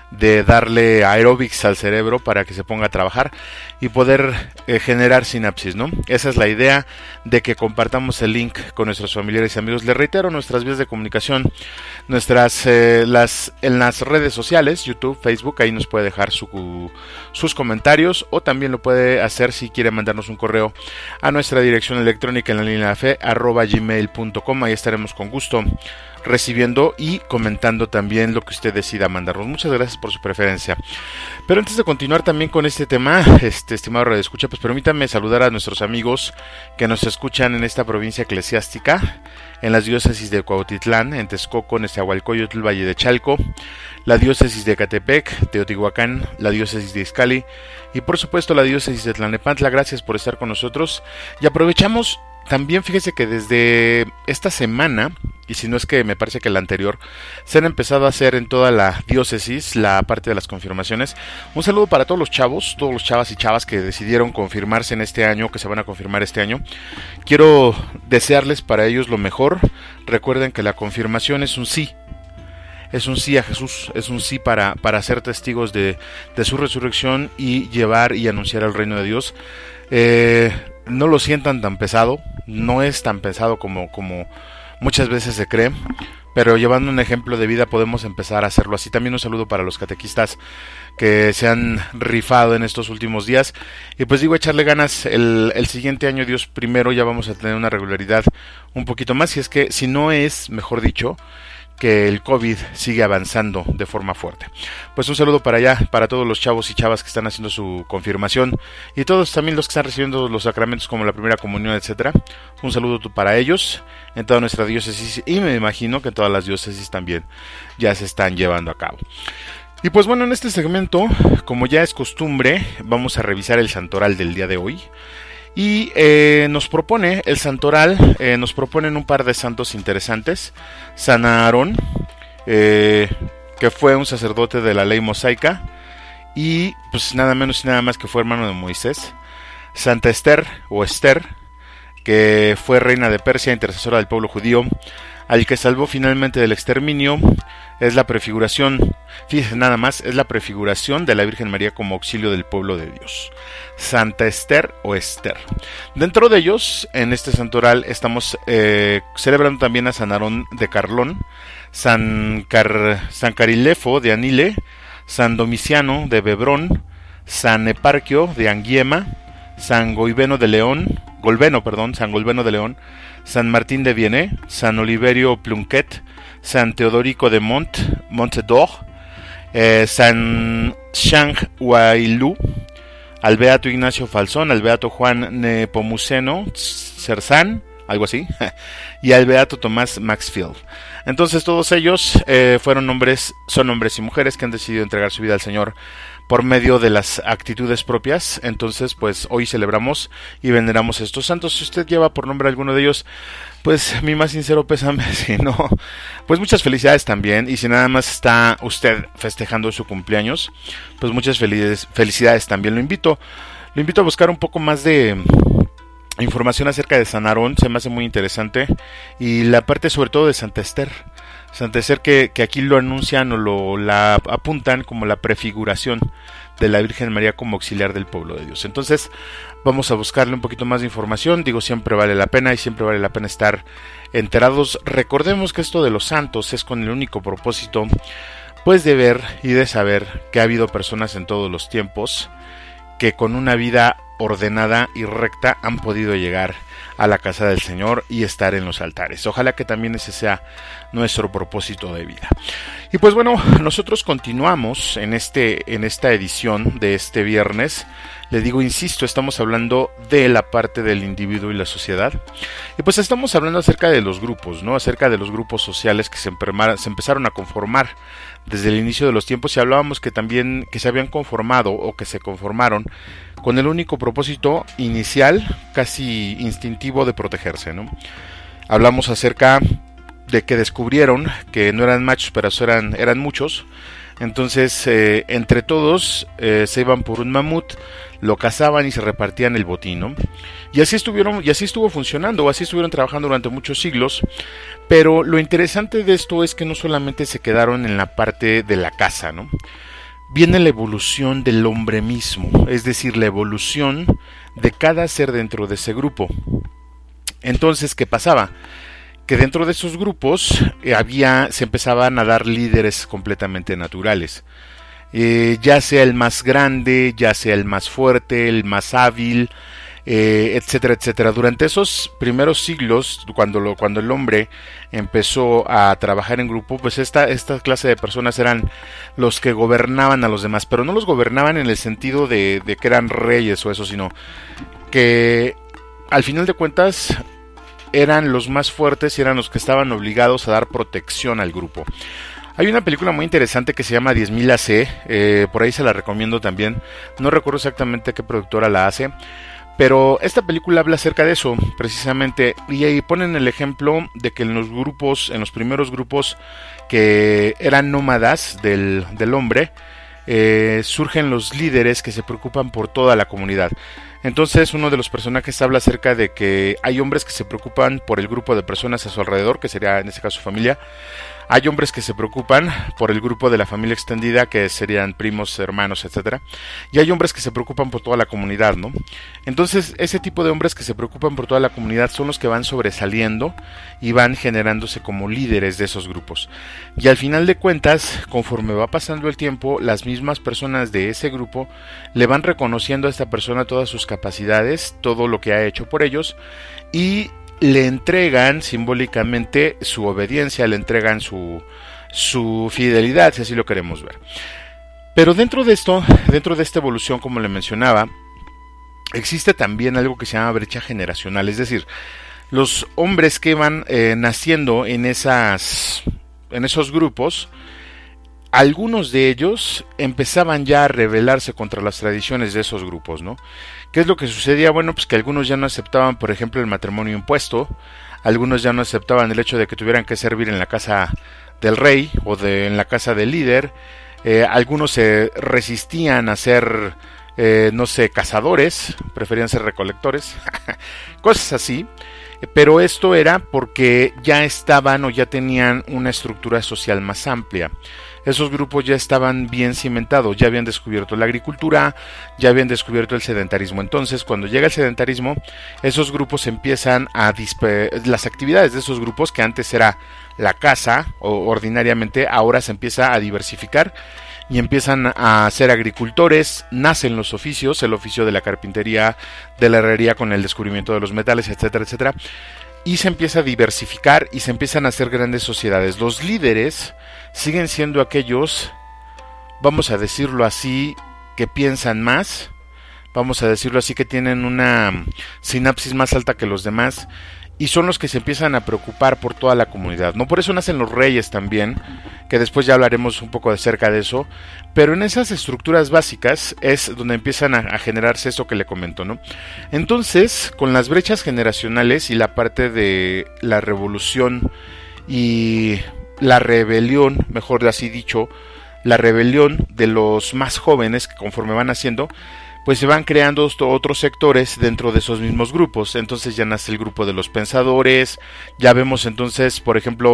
de darle aeróbics al cerebro para que se ponga a trabajar y poder eh, generar sinapsis, ¿no? Esa es la idea de que compartamos el link con nuestros familiares y amigos. Les reitero nuestras vías de comunicación, nuestras eh, las en las redes sociales, YouTube, Facebook, ahí nos puede dejar su, sus comentarios, o también lo puede hacer si quiere mandarnos un correo a nuestra dirección electrónica en la línea de la fe arroba gmail punto com. Ahí estaremos con gusto recibiendo y comentando también lo que usted decida mandarnos. Muchas gracias por su preferencia. Pero antes de continuar también con este tema, este estimado radioescucha, pues permítanme saludar a nuestros amigos que nos escuchan en esta provincia eclesiástica, en las diócesis de Cuautitlán, en Texcoco, Nezahualcóyotl, Valle de Chalco, la diócesis de Ecatepec, Teotihuacán, la diócesis de Izcalli y por supuesto la diócesis de Tlalnepantla. Gracias por estar con nosotros y aprovechamos también, fíjese que desde esta semana, y si no es que me parece que la anterior, se han empezado a hacer en toda la diócesis la parte de las confirmaciones. Un saludo para todos los chavos, todos los chavas y chavas que decidieron confirmarse en este año, que se van a confirmar este año. Quiero desearles para ellos lo mejor. Recuerden que la confirmación es un sí. Es un sí a Jesús, es un sí para, para ser testigos de, de su resurrección y llevar y anunciar el reino de Dios. Eh... No lo sientan tan pesado, no es tan pesado como, como muchas veces se cree, pero llevando un ejemplo de vida podemos empezar a hacerlo así. También un saludo para los catequistas que se han rifado en estos últimos días. Y pues digo, echarle ganas, el, el siguiente año, Dios primero, ya vamos a tener una regularidad un poquito más, si es que, si no es, mejor dicho, que el COVID sigue avanzando de forma fuerte. Pues un saludo para allá, para todos los chavos y chavas que están haciendo su confirmación y todos también los que están recibiendo los sacramentos como la primera comunión, etcétera. Un saludo para ellos en toda nuestra diócesis y me imagino que en todas las diócesis también ya se están llevando a cabo. Y pues bueno, en este segmento, como ya es costumbre, vamos a revisar el santoral del día de hoy. Y eh, nos propone, el santoral, eh, nos proponen un par de santos interesantes. San Aarón, eh, que fue un sacerdote de la ley mosaica, y pues nada menos y nada más que fue hermano de Moisés. Santa Esther, o Esther, que fue reina de Persia, intercesora del pueblo judío, al que salvó finalmente del exterminio. Es la prefiguración, fíjense nada más, es la prefiguración de la Virgen María como auxilio del pueblo de Dios. Santa Esther o Esther. Dentro de ellos, en este santoral, estamos eh, celebrando también a San Aarón de Carlón, San, Car, San Carilefo de Anile, San Domiciano de Bebrón, San Eparquio de Anguiema, San Goibeno de León, Golbeno, perdón, San Golbeno de León, San Martín de Vienne, San Oliverio Plunquet, San Teodorico de Mont, Montedor, eh, San Shang Huailú, al Beato Ignacio Falzón, al Beato Juan Nepomuceno Cerzán, algo así, y al Beato Tomás Maxfield. Entonces todos ellos eh, fueron hombres, son hombres y mujeres que han decidido entregar su vida al Señor por medio de las actitudes propias. Entonces pues hoy celebramos y veneramos a estos santos. Si usted lleva por nombre alguno de ellos, pues mi más sincero pésame. Si no, pues muchas felicidades también. Y si nada más está usted festejando su cumpleaños, pues muchas felicidades, felicidades también. Lo invito, lo invito a buscar un poco más de información acerca de San Aarón, se me hace muy interesante, y la parte sobre todo de Santa Esther. Santa Esther que, que aquí lo anuncian o lo la apuntan como la prefiguración de la Virgen María como auxiliar del pueblo de Dios. Entonces vamos a buscarle un poquito más de información. Digo, siempre vale la pena y siempre vale la pena estar enterados. Recordemos que esto de los santos es con el único propósito pues de ver y de saber que ha habido personas en todos los tiempos que con una vida ordenada y recta han podido llegar a la casa del Señor y estar en los altares. Ojalá que también ese sea nuestro propósito de vida. Y pues bueno, nosotros continuamos en este en esta edición de este viernes. Le digo, insisto, estamos hablando de la parte del individuo y la sociedad. Y pues estamos hablando acerca de los grupos, ¿no? Acerca de los grupos sociales que se, se empezaron a conformar desde el inicio de los tiempos, y hablábamos que también que se habían conformado o que se conformaron con el único propósito inicial, casi instintivo, de protegerse, ¿no? Hablamos acerca de que descubrieron que no eran machos, pero eran, eran muchos. Entonces, eh, entre todos eh, se iban por un mamut, lo cazaban y se repartían el botín, ¿no? Y así estuvieron, y así estuvo funcionando, o así estuvieron trabajando durante muchos siglos. Pero lo interesante de esto es que no solamente se quedaron en la parte de la caza, ¿no? viene la evolución del hombre mismo, es decir, la evolución de cada ser dentro de ese grupo. Entonces, ¿qué pasaba? Que dentro de esos grupos eh, había, se empezaban a dar líderes completamente naturales. Eh, ya sea el más grande, ya sea el más fuerte, el más hábil, eh, etcétera, etcétera. Durante esos primeros siglos, cuando, lo, cuando el hombre empezó a trabajar en grupo, pues esta, esta clase de personas eran los que gobernaban a los demás, pero no los gobernaban en el sentido de, de que eran reyes o eso, sino que al final de cuentas eran los más fuertes y eran los que estaban obligados a dar protección al grupo. Hay una película muy interesante que se llama diez mil A C, eh, por ahí se la recomiendo también, no recuerdo exactamente qué productora la hace, pero esta película habla acerca de eso, precisamente, y ahí ponen el ejemplo de que en los grupos, en los primeros grupos que eran nómadas del, del hombre, eh, surgen los líderes que se preocupan por toda la comunidad. Entonces uno de los personajes habla acerca de que hay hombres que se preocupan por el grupo de personas a su alrededor, que sería en este caso su familia. Hay hombres que se preocupan por el grupo de la familia extendida, que serían primos, hermanos, etcétera. Y hay hombres que se preocupan por toda la comunidad, ¿no? Entonces, ese tipo de hombres que se preocupan por toda la comunidad son los que van sobresaliendo y van generándose como líderes de esos grupos. Y al final de cuentas, conforme va pasando el tiempo, las mismas personas de ese grupo le van reconociendo a esta persona todas sus capacidades, todo lo que ha hecho por ellos, y le entregan simbólicamente su obediencia, le entregan su, su fidelidad, si así lo queremos ver. Pero dentro de esto, dentro de esta evolución, como le mencionaba, existe también algo que se llama brecha generacional, es decir, los hombres que van eh, naciendo en esas, en esos grupos, algunos de ellos empezaban ya a rebelarse contra las tradiciones de esos grupos, ¿no? ¿Qué es lo que sucedía? Bueno, pues que algunos ya no aceptaban, por ejemplo, el matrimonio impuesto, algunos ya no aceptaban el hecho de que tuvieran que servir en la casa del rey o de, en la casa del líder, eh, algunos se resistían a ser, eh, no sé, cazadores, preferían ser recolectores, cosas así. Pero esto era porque ya estaban o ya tenían una estructura social más amplia. Esos grupos ya estaban bien cimentados, ya habían descubierto la agricultura, ya habían descubierto el sedentarismo. Entonces, cuando llega el sedentarismo, esos grupos empiezan a disper- las actividades de esos grupos, que antes era la caza, o ordinariamente, ahora se empieza a diversificar y empiezan a ser agricultores, nacen los oficios, el oficio de la carpintería, de la herrería con el descubrimiento de los metales, etcétera, etcétera, y se empieza a diversificar y se empiezan a hacer grandes sociedades. Los líderes siguen siendo aquellos, vamos a decirlo así, que piensan más, vamos a decirlo así, que tienen una sinapsis más alta que los demás, y son los que se empiezan a preocupar por toda la comunidad, ¿no? Por eso nacen los reyes también, que después ya hablaremos un poco acerca de eso, pero en esas estructuras básicas es donde empiezan a, a generarse eso que le comento, ¿no? Entonces, con las brechas generacionales y la parte de la revolución y la rebelión, mejor así dicho, la rebelión de los más jóvenes que conforme van haciendo, pues se van creando otros sectores dentro de esos mismos grupos. Entonces ya nace el grupo de los pensadores, ya vemos entonces, por ejemplo,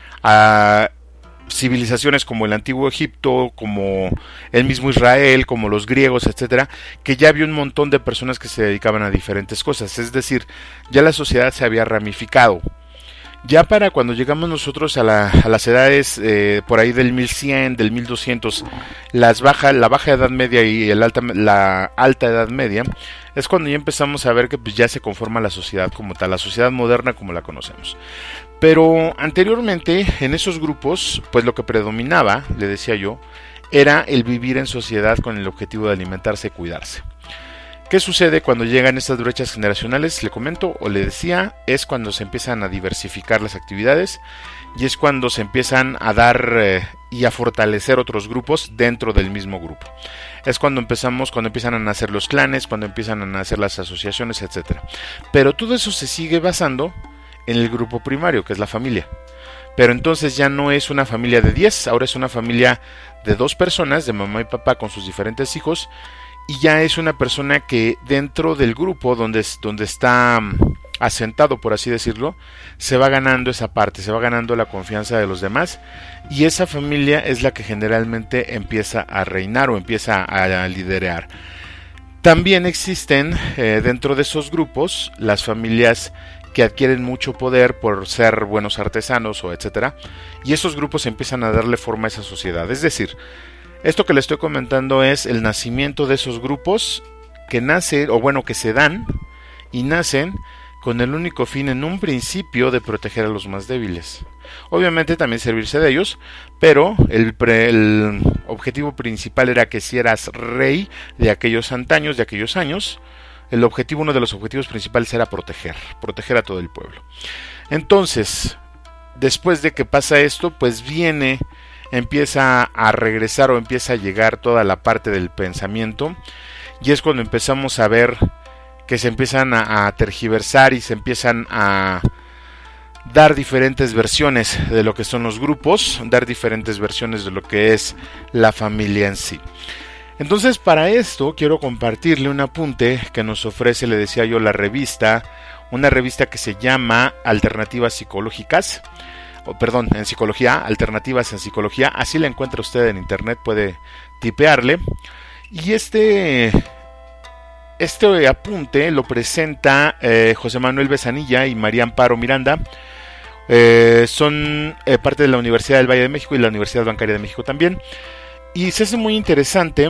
a civilizaciones como el antiguo Egipto, como el mismo Israel, como los griegos, etcétera, que ya había un montón de personas que se dedicaban a diferentes cosas, es decir, ya la sociedad se había ramificado. Ya para cuando llegamos nosotros a, la, a las edades eh, por ahí del mil cien, del mil doscientos, las baja, la baja edad media y el alta, la alta edad media, es cuando ya empezamos a ver que pues, ya se conforma la sociedad como tal, la sociedad moderna como la conocemos. Pero anteriormente en esos grupos, pues lo que predominaba, le decía yo, era el vivir en sociedad con el objetivo de alimentarse y cuidarse. ¿Qué sucede cuando llegan estas brechas generacionales? Le comento o le decía, es cuando se empiezan a diversificar las actividades y es cuando se empiezan a dar eh, y a fortalecer otros grupos dentro del mismo grupo. Es cuando empezamos, cuando empiezan a nacer los clanes, cuando empiezan a nacer las asociaciones, etcétera. Pero todo eso se sigue basando en el grupo primario, que es la familia. Pero entonces ya no es una familia de diez, ahora es una familia de dos personas, de mamá y papá con sus diferentes hijos. Y ya es una persona que dentro del grupo donde, donde está asentado, por así decirlo, se va ganando esa parte, se va ganando la confianza de los demás, y esa familia es la que generalmente empieza a reinar o empieza a liderar. También existen eh, dentro de esos grupos las familias que adquieren mucho poder por ser buenos artesanos o etcétera, y esos grupos empiezan a darle forma a esa sociedad. Es decir, esto que le estoy comentando es el nacimiento de esos grupos que nacen, o bueno, que se dan y nacen con el único fin en un principio de proteger a los más débiles. Obviamente también servirse de ellos, pero el, pre, el objetivo principal era que si eras rey de aquellos antaños, de aquellos años, el objetivo, uno de los objetivos principales era proteger, proteger a todo el pueblo. Entonces, después de que pasa esto, pues viene, empieza a regresar o empieza a llegar toda la parte del pensamiento, y es cuando empezamos a ver que se empiezan a, a tergiversar y se empiezan a dar diferentes versiones de lo que son los grupos, dar diferentes versiones de lo que es la familia en sí. Entonces, para esto quiero compartirle un apunte que nos ofrece, le decía yo, la revista, una revista que se llama Alternativas Psicológicas, o perdón, en Psicología, Alternativas en Psicología, así la encuentra usted en internet, puede tipearle, y este... Este apunte lo presenta eh, José Manuel Besanilla y María Amparo Miranda. Eh, son eh, parte de la Universidad del Valle de México y la Universidad Bancaria de México también. Y se hace muy interesante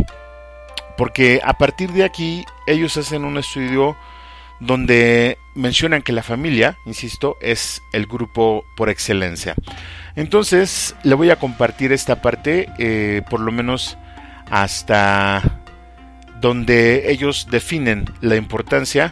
porque a partir de aquí ellos hacen un estudio donde mencionan que la familia, insisto, es el grupo por excelencia. Entonces le voy a compartir esta parte, eh, por lo menos hasta donde ellos definen la importancia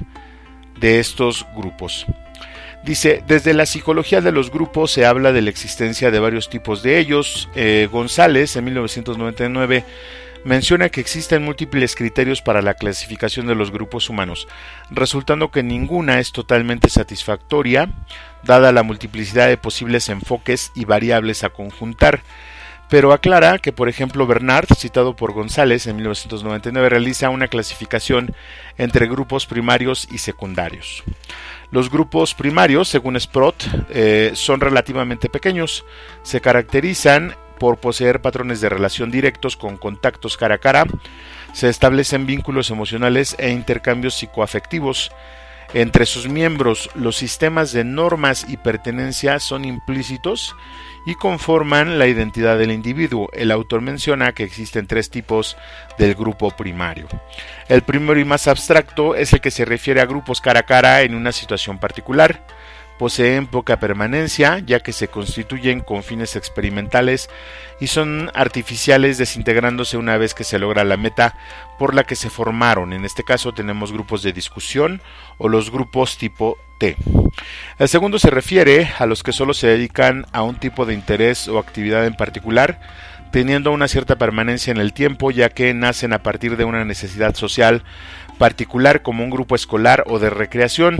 de estos grupos. Dice, desde la psicología de los grupos se habla de la existencia de varios tipos de ellos. Eh, González, en mil novecientos noventa y nueve, menciona que existen múltiples criterios para la clasificación de los grupos humanos, resultando que ninguna es totalmente satisfactoria, dada la multiplicidad de posibles enfoques y variables a conjuntar. Pero aclara que, por ejemplo, Bernard, citado por González en mil novecientos noventa y nueve, realiza una clasificación entre grupos primarios y secundarios. Los grupos primarios, según Sprott, eh, son relativamente pequeños. Se caracterizan por poseer patrones de relación directos con contactos cara a cara. Se establecen vínculos emocionales e intercambios psicoafectivos. Entre sus miembros, los sistemas de normas y pertenencia son implícitos y conforman la identidad del individuo. El autor menciona que existen tres tipos del grupo primario. El primero y más abstracto es el que se refiere a grupos cara a cara en una situación particular. Poseen poca permanencia, ya que se constituyen con fines experimentales y son artificiales, desintegrándose una vez que se logra la meta por la que se formaron. En este caso tenemos grupos de discusión o los grupos tipo T. El segundo se refiere a los que solo se dedican a un tipo de interés o actividad en particular, teniendo una cierta permanencia en el tiempo, ya que nacen a partir de una necesidad social particular, como un grupo escolar o de recreación.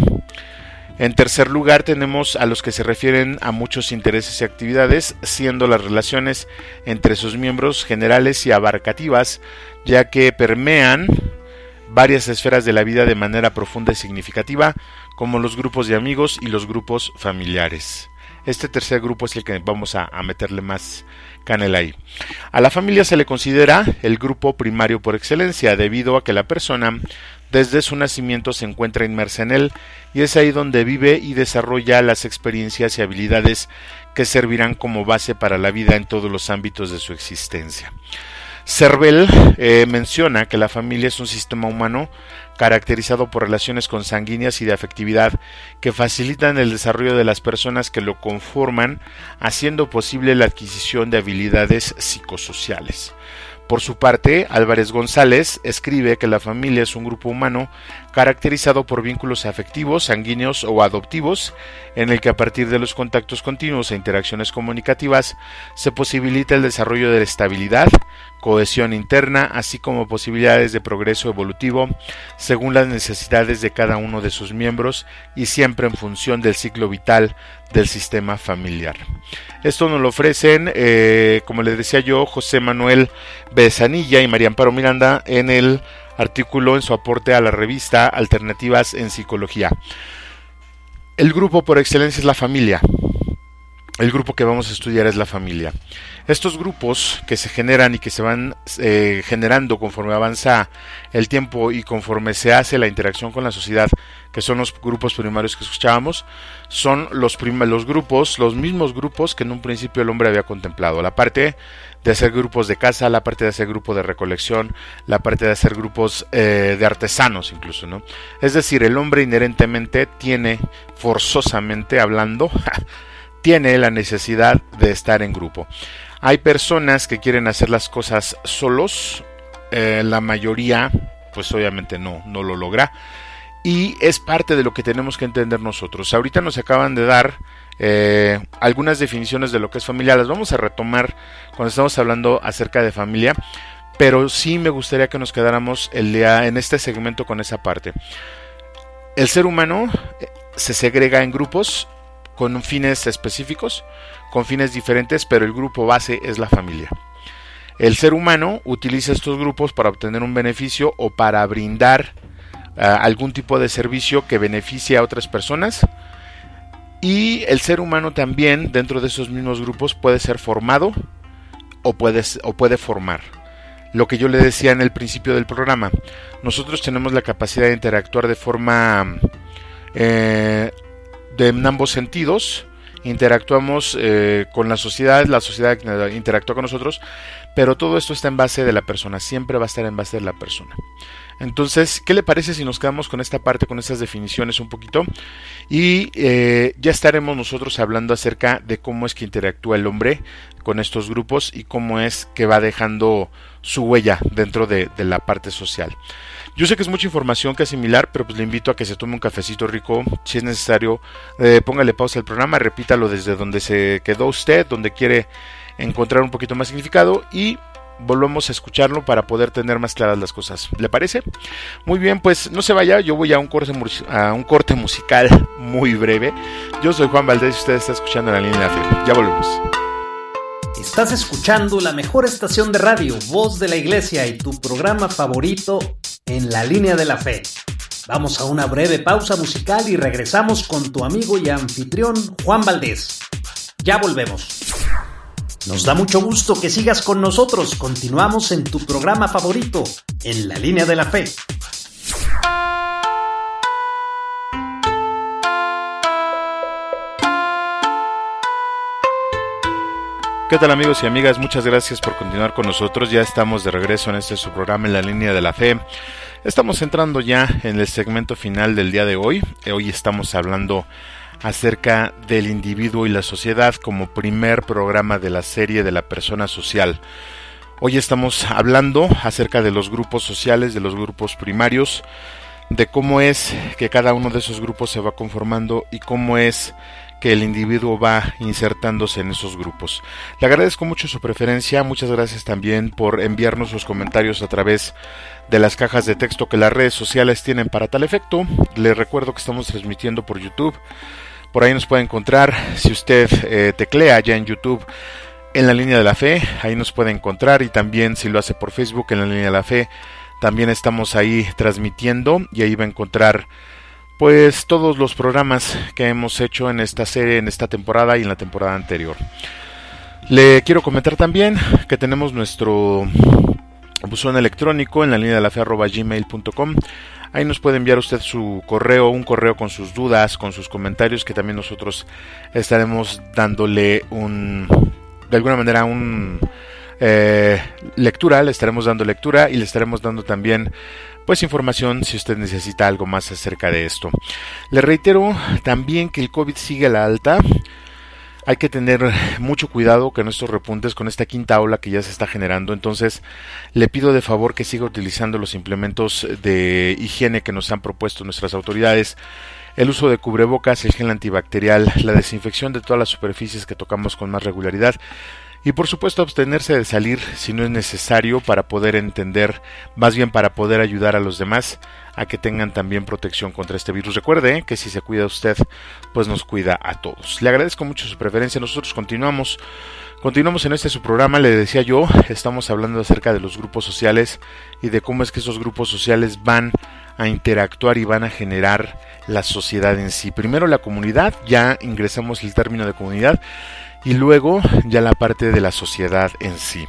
En tercer lugar tenemos a los que se refieren a muchos intereses y actividades, siendo las relaciones entre sus miembros generales y abarcativas, ya que permean varias esferas de la vida de manera profunda y significativa, como los grupos de amigos y los grupos familiares. Este tercer grupo es el que vamos a, a meterle más canela ahí. A la familia se le considera el grupo primario por excelencia, debido a que la persona desde su nacimiento se encuentra inmersa en él, y es ahí donde vive y desarrolla las experiencias y habilidades que servirán como base para la vida en todos los ámbitos de su existencia. Cervell eh, menciona que la familia es un sistema humano caracterizado por relaciones consanguíneas y de afectividad que facilitan el desarrollo de las personas que lo conforman, haciendo posible la adquisición de habilidades psicosociales. Por su parte, Álvarez González escribe que la familia es un grupo humano caracterizado por vínculos afectivos, sanguíneos o adoptivos, en el que a partir de los contactos continuos e interacciones comunicativas se posibilita el desarrollo de la estabilidad, cohesión interna, así como posibilidades de progreso evolutivo según las necesidades de cada uno de sus miembros y siempre en función del ciclo vital del sistema familiar. Esto nos lo ofrecen, eh, como les decía yo, José Manuel Besanilla y María Amparo Miranda en el artículo, en su aporte a la revista Alternativas en Psicología. El grupo por excelencia es la familia. El grupo que vamos a estudiar es la familia. Estos grupos que se generan y que se van eh, generando conforme avanza el tiempo y conforme se hace la interacción con la sociedad, que son los grupos primarios que escuchábamos, son los, prim- los grupos, los mismos grupos que en un principio el hombre había contemplado. La parte de hacer grupos de casa, la parte de hacer grupos de recolección, la parte de hacer grupos eh, de artesanos incluso, ¿no? Es decir, el hombre inherentemente tiene, forzosamente hablando, tiene la necesidad de estar en grupo. Hay personas que quieren hacer las cosas solos, eh, la mayoría pues obviamente no, no lo logra, y es parte de lo que tenemos que entender nosotros. Ahorita nos acaban de dar eh, algunas definiciones de lo que es familia, las vamos a retomar cuando estamos hablando acerca de familia, pero sí me gustaría que nos quedáramos el día, en este segmento con esa parte. El ser humano se segrega en grupos con fines específicos, con fines diferentes, pero el grupo base es la familia. El ser humano utiliza estos grupos para obtener un beneficio o para brindar uh, algún tipo de servicio que beneficie a otras personas, y el ser humano también dentro de esos mismos grupos puede ser formado o puede, o puede formar. Lo que yo le decía en el principio del programa, nosotros tenemos la capacidad de interactuar de forma eh, de en ambos sentidos. Interactuamos eh, con la sociedad, la sociedad interactúa con nosotros, pero todo esto está en base de la persona, siempre va a estar en base de la persona. Entonces, ¿qué le parece si nos quedamos con esta parte, con estas definiciones un poquito? Y eh, ya estaremos nosotros hablando acerca de cómo es que interactúa el hombre con estos grupos y cómo es que va dejando su huella dentro de, de la parte social. Yo sé que es mucha información que asimilar, pero pues le invito a que se tome un cafecito rico, si es necesario, eh, póngale pausa al programa, repítalo desde donde se quedó usted, donde quiere encontrar un poquito más significado, y volvemos a escucharlo para poder tener más claras las cosas. ¿Le parece? Muy bien, pues no se vaya, yo voy a un corte, a un corte musical muy breve. Yo soy Juan Valdés y usted está escuchando La Línea de la Fe. Ya volvemos. Estás escuchando la mejor estación de radio, Voz de la Iglesia, y tu programa favorito, En la Línea de la Fe. Vamos a una breve pausa musical y regresamos con tu amigo y anfitrión Juan Valdés. Ya volvemos. Nos da mucho gusto que sigas con nosotros. Continuamos en tu programa favorito, En la Línea de la Fe. ¿Qué tal, amigos y amigas? Muchas gracias por continuar con nosotros. Ya estamos de regreso en este su programa En la Línea de la Fe. Estamos entrando ya en el segmento final del día de hoy. Hoy estamos hablando acerca del individuo y la sociedad como primer programa de la serie de la persona social. Hoy estamos hablando acerca de los grupos sociales, de los grupos primarios, de cómo es que cada uno de esos grupos se va conformando y cómo es que el individuo va insertándose en esos grupos. Le agradezco mucho su preferencia, muchas gracias también por enviarnos sus comentarios a través de las cajas de texto que las redes sociales tienen para tal efecto. Le recuerdo que estamos transmitiendo por YouTube, por ahí nos puede encontrar, si usted eh, teclea ya en YouTube En la Línea de la Fe, ahí nos puede encontrar, y también si lo hace por Facebook En la Línea de la Fe, también estamos ahí transmitiendo y ahí va a encontrar pues todos los programas que hemos hecho en esta serie, en esta temporada y en la temporada anterior. Le quiero comentar también que tenemos nuestro buzón electrónico en la línea de la fe arroba gmail punto com. Ahí nos puede enviar usted su correo, un correo con sus dudas, con sus comentarios, que también nosotros estaremos dándole un, de alguna manera, un eh, lectura, le estaremos dando lectura y le estaremos dando también pues información si usted necesita algo más acerca de esto. Le reitero también que el COVID sigue a la alta. Hay que tener mucho cuidado con estos repuntes, con esta quinta ola que ya se está generando. Entonces le pido de favor que siga utilizando los implementos de higiene que nos han propuesto nuestras autoridades. El uso de cubrebocas, el gel antibacterial, la desinfección de todas las superficies que tocamos con más regularidad. Y por supuesto abstenerse de salir si no es necesario, para poder entender, más bien para poder ayudar a los demás a que tengan también protección contra este virus. Recuerde que si se cuida usted, pues nos cuida a todos. Le agradezco mucho su preferencia. Nosotros continuamos, continuamos en este su programa. Le decía yo, estamos hablando acerca de los grupos sociales y de cómo es que esos grupos sociales van a interactuar y van a generar la sociedad en sí. Primero la comunidad, ya ingresamos el término de comunidad, y luego ya la parte de la sociedad en sí.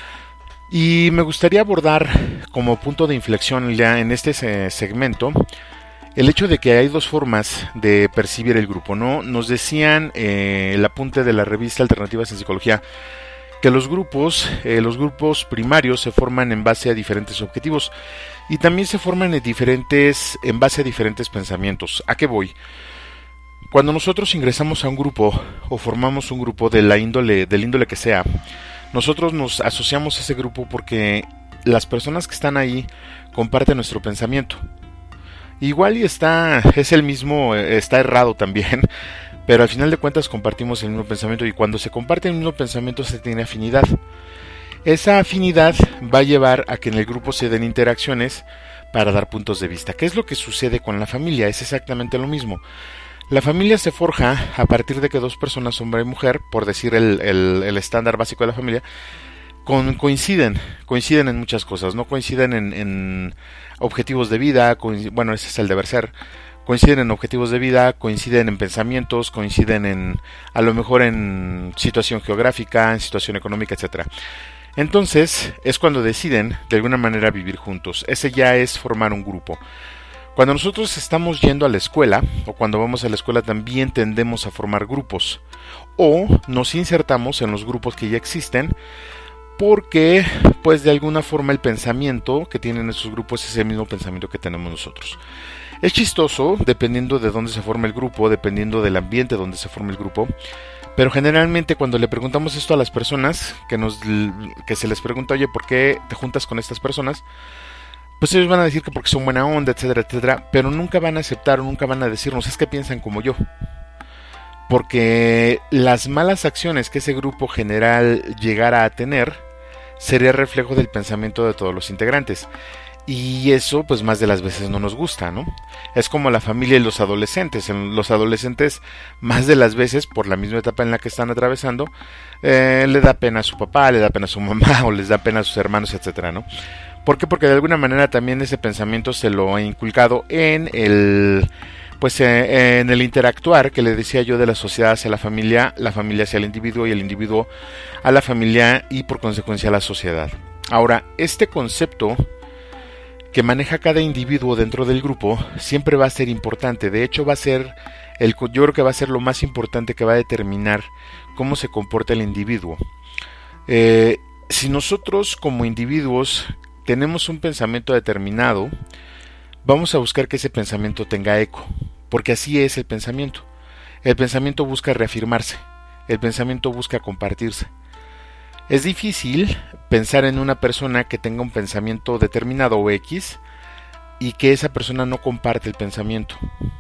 Y me gustaría abordar como punto de inflexión ya en este segmento el hecho de que hay dos formas de percibir el grupo, ¿no? Nos decían eh, el apunte de la revista Alternativas en Psicología que los grupos, eh, los grupos primarios se forman en base a diferentes objetivos y también se forman en diferentes, en base a diferentes pensamientos. ¿A qué voy? Cuando nosotros ingresamos a un grupo o formamos un grupo de la índole, del índole que sea, nosotros nos asociamos a ese grupo porque las personas que están ahí comparten nuestro pensamiento. Igual y está, es el mismo, está errado también, pero al final de cuentas compartimos el mismo pensamiento y cuando se comparte el mismo pensamiento se tiene afinidad. Esa afinidad va a llevar a que en el grupo se den interacciones para dar puntos de vista. ¿Qué es lo que sucede con la familia? Es exactamente lo mismo. La familia se forja a partir de que dos personas, hombre y mujer, por decir el, el, el estándar básico de la familia, con, coinciden, coinciden en muchas cosas, no coinciden en, en objetivos de vida, bueno, ese es el deber ser, coinciden en objetivos de vida, coinciden en pensamientos, coinciden en, a lo mejor en situación geográfica, en situación económica, etcétera. Entonces, es cuando deciden de alguna manera vivir juntos. Ese ya es formar un grupo. Cuando nosotros estamos yendo a la escuela, o cuando vamos a la escuela también tendemos a formar grupos, o nos insertamos en los grupos que ya existen, porque pues de alguna forma el pensamiento que tienen esos grupos es el mismo pensamiento que tenemos nosotros. Es chistoso, dependiendo de dónde se forma el grupo, dependiendo del ambiente donde se forma el grupo, pero generalmente cuando le preguntamos esto a las personas, que, nos, que se les pregunta, oye, ¿por qué te juntas con estas personas? Pues ellos van a decir que porque son buena onda, etcétera, etcétera, pero nunca van a aceptar o nunca van a decirnos, es que piensan como yo. Porque las malas acciones que ese grupo general llegara a tener sería reflejo del pensamiento de todos los integrantes. Y eso, pues más de las veces no nos gusta, ¿no? Es como la familia y los adolescentes. Los adolescentes, más de las veces, por la misma etapa en la que están atravesando, eh, le da pena a su papá, le da pena a su mamá, o les da pena a sus hermanos, etcétera, ¿no? ¿Por qué? Porque de alguna manera también ese pensamiento se lo ha inculcado en el, pues eh, en el interactuar que le decía yo de la sociedad hacia la familia, la familia hacia el individuo y el individuo a la familia y por consecuencia a la sociedad. Ahora, este concepto que maneja cada individuo dentro del grupo siempre va a ser importante. De hecho, va a ser el, yo creo que va a ser lo más importante que va a determinar cómo se comporta el individuo. Eh, si nosotros como individuos tenemos un pensamiento determinado, vamos a buscar que ese pensamiento tenga eco, porque así es el pensamiento. El pensamiento busca reafirmarse, el pensamiento busca compartirse. Es difícil pensar en una persona que tenga un pensamiento determinado o X y que esa persona no comparte el pensamiento.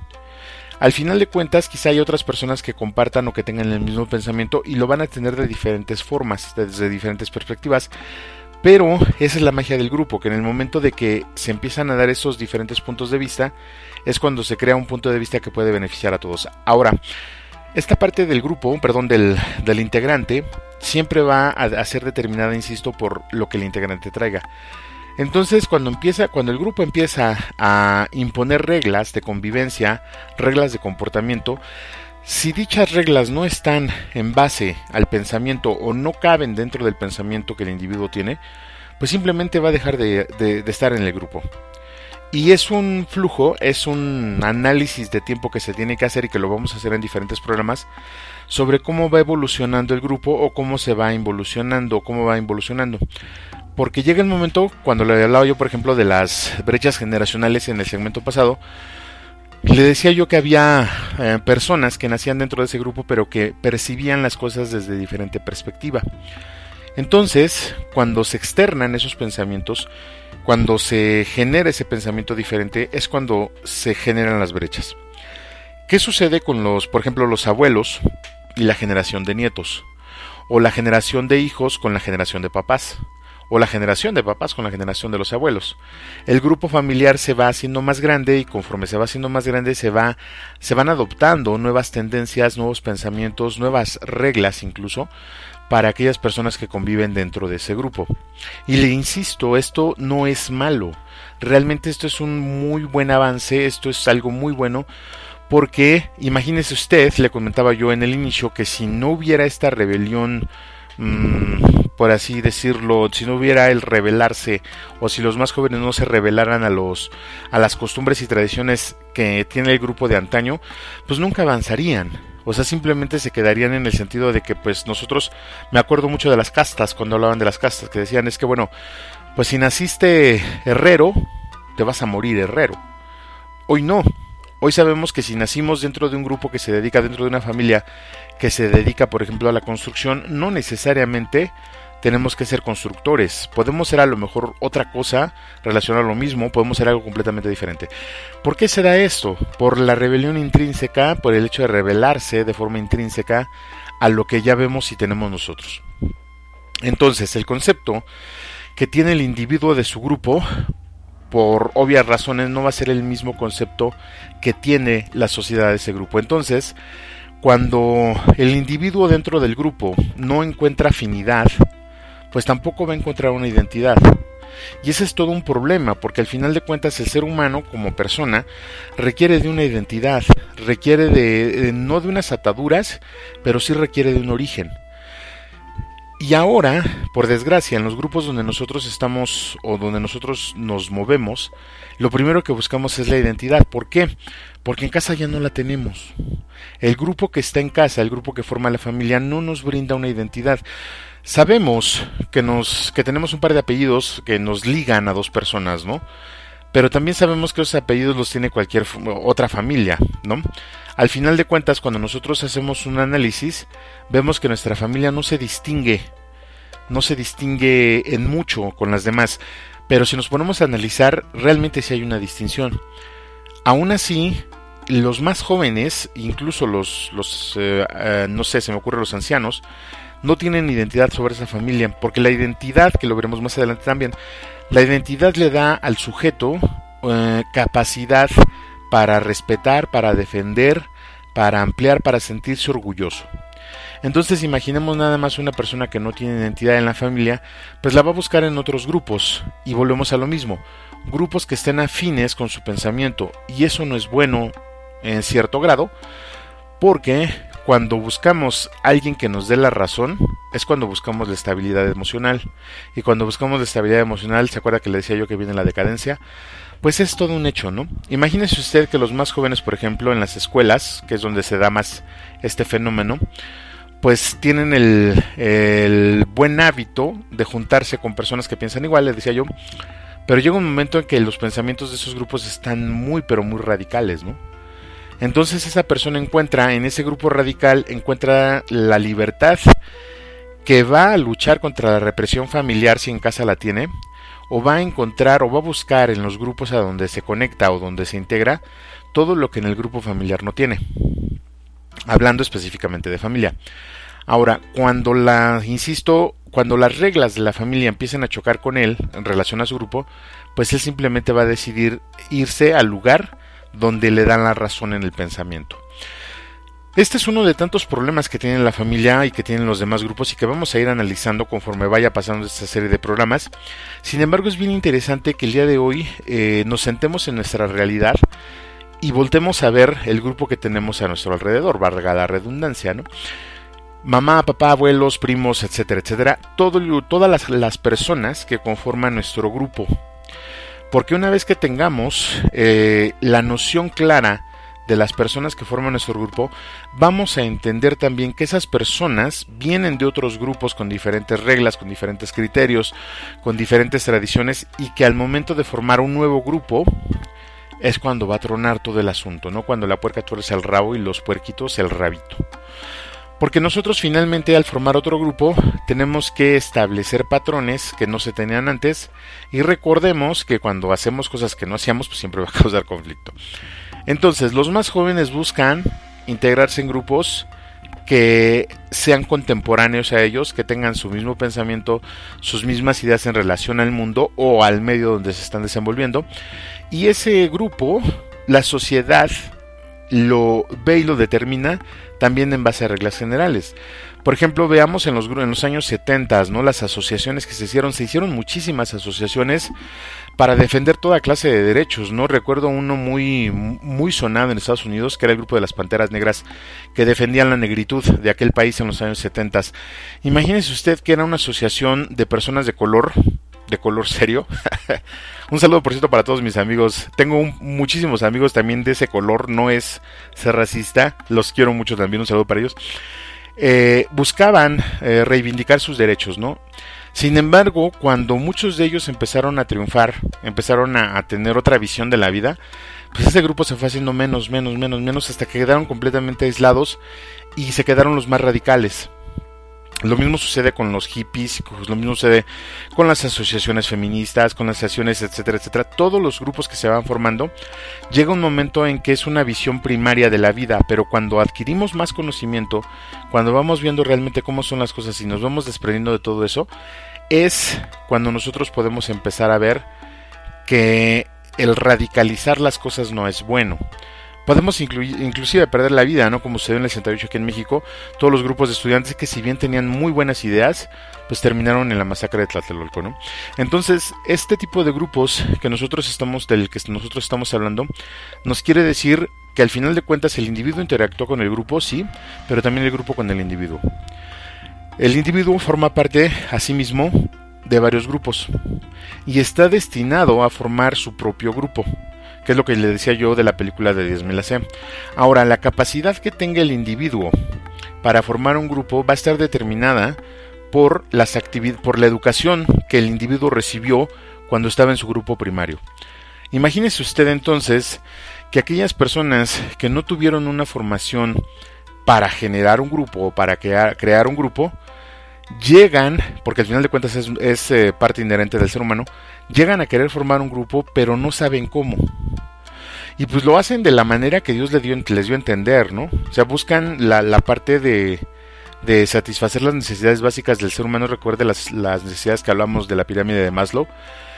Al final de cuentas, quizá hay otras personas que compartan o que tengan el mismo pensamiento y lo van a tener de diferentes formas, desde diferentes perspectivas. Pero esa es la magia del grupo, que en el momento de que se empiezan a dar esos diferentes puntos de vista, es cuando se crea un punto de vista que puede beneficiar a todos. Ahora, esta parte del grupo, perdón, del, del integrante, siempre va a, a ser determinada, insisto, por lo que el integrante traiga. Entonces, cuando empieza, cuando el grupo empieza a imponer reglas de convivencia, reglas de comportamiento, si dichas reglas no están en base al pensamiento o no caben dentro del pensamiento que el individuo tiene, pues simplemente va a dejar de, de, de estar en el grupo. Y es un flujo, es un análisis de tiempo que se tiene que hacer y que lo vamos a hacer en diferentes programas sobre cómo va evolucionando el grupo o cómo se va involucionando, cómo va involucionando. Porque llega el momento, cuando le hablaba yo, por ejemplo, de las brechas generacionales en el segmento pasado, le decía yo que había eh, personas que nacían dentro de ese grupo pero que percibían las cosas desde diferente perspectiva. Entonces, cuando se externan esos pensamientos, cuando se genera ese pensamiento diferente, es cuando se generan las brechas. ¿Qué sucede con los, por ejemplo, los abuelos y la generación de nietos? O la generación de hijos con la generación de papás. o la generación de papás con la generación de los abuelos. El grupo familiar se va haciendo más grande y conforme se va haciendo más grande se va se van adoptando nuevas tendencias, nuevos pensamientos, nuevas reglas incluso para aquellas personas que conviven dentro de ese grupo. Y le insisto, esto no es malo. Realmente esto es un muy buen avance, esto es algo muy bueno, porque imagínese usted, le comentaba yo en el inicio, que si no hubiera esta rebelión, mmm, por así decirlo, si no hubiera el rebelarse, o si los más jóvenes no se rebelaran a los a las costumbres y tradiciones que tiene el grupo de antaño, pues nunca avanzarían. O sea, simplemente se quedarían en el sentido de que pues nosotros, me acuerdo mucho de las castas, cuando hablaban de las castas, que decían, es que bueno, pues si naciste herrero, te vas a morir herrero. Hoy no. Hoy sabemos que si nacimos dentro de un grupo que se dedica, dentro de una familia que se dedica, por ejemplo, a la construcción, no necesariamente tenemos que ser constructores. Podemos ser a lo mejor otra cosa relacionada a lo mismo, podemos ser algo completamente diferente. ¿Por qué se da esto? Por la rebelión intrínseca, por el hecho de rebelarse de forma intrínseca a lo que ya vemos y tenemos nosotros. Entonces, el concepto que tiene el individuo de su grupo, por obvias razones, no va a ser el mismo concepto que tiene la sociedad de ese grupo. Entonces, cuando el individuo dentro del grupo no encuentra afinidad, pues tampoco va a encontrar una identidad. Y ese es todo un problema, porque al final de cuentas el ser humano como persona requiere de una identidad, requiere de, no de unas ataduras, pero sí requiere de un origen. Y ahora, por desgracia, en los grupos donde nosotros estamos o donde nosotros nos movemos, lo primero que buscamos es la identidad. ¿Por qué? Porque en casa ya no la tenemos. El grupo que está en casa, el grupo que forma la familia, no nos brinda una identidad. Sabemos que nos que tenemos un par de apellidos que nos ligan a dos personas, ¿no? Pero también sabemos que esos apellidos los tiene cualquier otra familia, ¿no? Al final de cuentas, cuando nosotros hacemos un análisis, vemos que nuestra familia no se distingue, no se distingue en mucho con las demás, pero si nos ponemos a analizar, realmente sí hay una distinción. Aún así, los más jóvenes, incluso los, los eh, eh, no sé, se me ocurre los ancianos, no tienen identidad sobre esa familia, porque la identidad, que lo veremos más adelante también, la identidad le da al sujeto eh, capacidad para respetar, para defender, para ampliar, para sentirse orgulloso. Entonces imaginemos nada más una persona que no tiene identidad en la familia, pues la va a buscar en otros grupos, y volvemos a lo mismo, grupos que estén afines con su pensamiento, y eso no es bueno en cierto grado, porque cuando buscamos a alguien que nos dé la razón, es cuando buscamos la estabilidad emocional. Y cuando buscamos la estabilidad emocional, ¿se acuerda que le decía yo que viene la decadencia? Pues es todo un hecho, ¿no? Imagínese usted que los más jóvenes, por ejemplo, en las escuelas, que es donde se da más este fenómeno, pues tienen el, el buen hábito de juntarse con personas que piensan igual, le decía yo, pero llega un momento en que los pensamientos de esos grupos están muy, pero muy radicales, ¿no? Entonces esa persona encuentra, en ese grupo radical, encuentra la libertad que va a luchar contra la represión familiar si en casa la tiene, o va a encontrar o va a buscar en los grupos a donde se conecta o donde se integra todo lo que en el grupo familiar no tiene, hablando específicamente de familia. Ahora, cuando la, insisto, cuando las reglas de la familia empiecen a chocar con él en relación a su grupo, pues él simplemente va a decidir irse al lugar donde le dan la razón en el pensamiento. Este es uno de tantos problemas que tiene la familia y que tienen los demás grupos y que vamos a ir analizando conforme vaya pasando esta serie de programas. Sin embargo, es bien interesante que el día de hoy eh, nos sentemos en nuestra realidad y voltemos a ver el grupo que tenemos a nuestro alrededor, valga la redundancia, ¿no? Mamá, papá, abuelos, primos, etcétera, etcétera, todo, todas las, las personas que conforman nuestro grupo. Porque una vez que tengamos eh, la noción clara de las personas que forman nuestro grupo, vamos a entender también que esas personas vienen de otros grupos con diferentes reglas, con diferentes criterios, con diferentes tradiciones, y que al momento de formar un nuevo grupo es cuando va a tronar todo el asunto, ¿no? Cuando la puerca tuerce el rabo y los puerquitos el rabito. Porque nosotros finalmente al formar otro grupo tenemos que establecer patrones que no se tenían antes, y recordemos que cuando hacemos cosas que no hacíamos pues siempre va a causar conflicto. Entonces los más jóvenes buscan integrarse en grupos que sean contemporáneos a ellos, que tengan su mismo pensamiento, sus mismas ideas en relación al mundo o al medio donde se están desenvolviendo. Y ese grupo, la sociedad lo ve y lo determina también en base a reglas generales. Por ejemplo, veamos en los, en los años setenta, ¿no? Las asociaciones que se hicieron, se hicieron muchísimas asociaciones para defender toda clase de derechos, ¿no? Recuerdo uno muy, muy sonado en Estados Unidos, que era el grupo de las Panteras Negras, que defendían la negritud de aquel país en los años setenta. Imagínese usted que era una asociación de personas de color, de color serio. Un saludo, por cierto, para todos mis amigos. Tengo un, muchísimos amigos también de ese color, no es ser racista, los quiero mucho también, un saludo para ellos. Eh, buscaban eh, reivindicar sus derechos, ¿no? Sin embargo, cuando muchos de ellos empezaron a triunfar, empezaron a, a tener otra visión de la vida, pues ese grupo se fue haciendo menos, menos, menos, menos, hasta que quedaron completamente aislados y se quedaron los más radicales. Lo mismo sucede con los hippies, lo mismo sucede con las asociaciones feministas, con las asociaciones, etcétera, etcétera. Todos los grupos que se van formando, llega un momento en que es una visión primaria de la vida, pero cuando adquirimos más conocimiento, cuando vamos viendo realmente cómo son las cosas y nos vamos desprendiendo de todo eso, es cuando nosotros podemos empezar a ver que el radicalizar las cosas no es bueno. Podemos incluir, inclusive perder la vida, ¿no? Como sucedió en el sesenta y ocho aquí en México, todos los grupos de estudiantes que si bien tenían muy buenas ideas, pues terminaron en la masacre de Tlatelolco, ¿no? Entonces, este tipo de grupos que nosotros estamos, del que nosotros estamos hablando, nos quiere decir que al final de cuentas el individuo interactúa con el grupo, sí, pero también el grupo con el individuo. El individuo forma parte, asimismo, de varios grupos y está destinado a formar su propio grupo, que es lo que le decía yo de la película de diez mil A C. Ahora, la capacidad que tenga el individuo para formar un grupo va a estar determinada por, las actividades, por la educación que el individuo recibió cuando estaba en su grupo primario. Imagínese usted entonces que aquellas personas que no tuvieron una formación para generar un grupo o para crear, crear un grupo, llegan, porque al final de cuentas es, es eh, parte inherente del ser humano, llegan a querer formar un grupo, pero no saben cómo. Y pues lo hacen de la manera que Dios les dio, les dio a entender, ¿no? O sea, buscan la, la parte de, de satisfacer las necesidades básicas del ser humano. Recuerde las, las necesidades que hablamos de la pirámide de Maslow.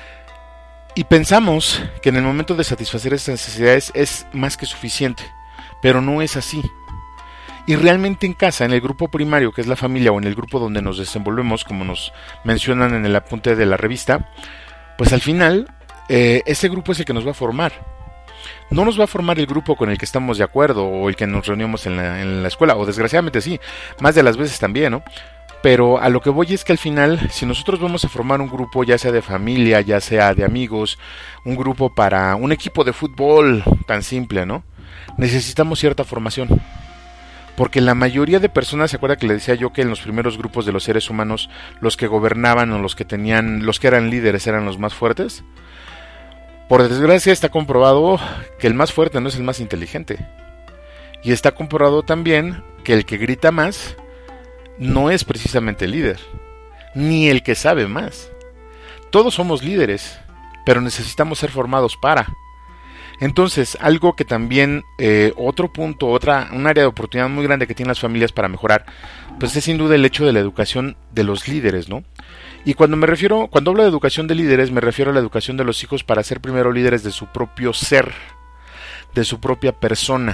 Y pensamos que en el momento de satisfacer esas necesidades es más que suficiente, pero no es así. Y realmente en casa, en el grupo primario, que es la familia, o en el grupo donde nos desenvolvemos, como nos mencionan en el apunte de la revista, pues al final, eh, ese grupo es el que nos va a formar. No nos va a formar el grupo con el que estamos de acuerdo, o el que nos reunimos en la, en la escuela, o desgraciadamente sí, más de las veces también, ¿no? Pero a lo que voy es que al final, si nosotros vamos a formar un grupo, ya sea de familia, ya sea de amigos, un grupo para un equipo de fútbol, tan simple, ¿no? Necesitamos cierta formación. Porque la mayoría de personas, ¿se acuerda que le decía yo que en los primeros grupos de los seres humanos, los que gobernaban o los que tenían, los que eran líderes eran los más fuertes? Por desgracia está comprobado que el más fuerte no es el más inteligente. Y está comprobado también que el que grita más no es precisamente el líder, ni el que sabe más. Todos somos líderes, pero necesitamos ser formados para. Entonces, algo que también, eh, otro punto, otra, un área de oportunidad muy grande que tienen las familias para mejorar, pues es sin duda el hecho de la educación de los líderes, ¿no? Y cuando me refiero, cuando hablo de educación de líderes, me refiero a la educación de los hijos para ser primero líderes de su propio ser, de su propia persona,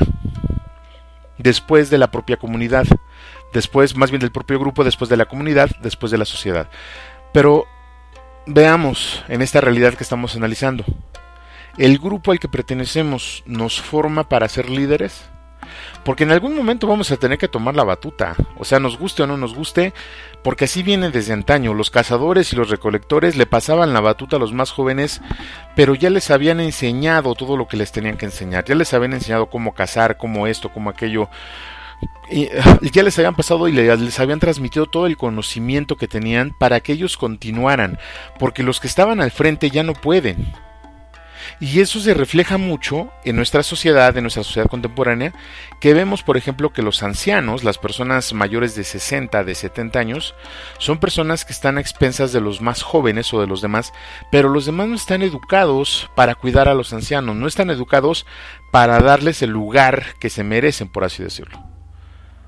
después de la propia comunidad, después más bien del propio grupo, después de la comunidad, después de la sociedad. Pero veamos en esta realidad que estamos analizando. ¿El grupo al que pertenecemos nos forma para ser líderes? Porque en algún momento vamos a tener que tomar la batuta, o sea, nos guste o no nos guste, porque así viene desde antaño. Los cazadores y los recolectores le pasaban la batuta a los más jóvenes, pero ya les habían enseñado todo lo que les tenían que enseñar, ya les habían enseñado cómo cazar, cómo esto, cómo aquello, y ya les habían pasado y les habían transmitido todo el conocimiento que tenían para que ellos continuaran, porque los que estaban al frente ya no pueden. Y eso se refleja mucho en nuestra sociedad, en nuestra sociedad contemporánea, que vemos, por ejemplo, que los ancianos, las personas mayores de sesenta, de setenta años, son personas que están a expensas de los más jóvenes o de los demás, pero los demás no están educados para cuidar a los ancianos, no están educados para darles el lugar que se merecen, por así decirlo.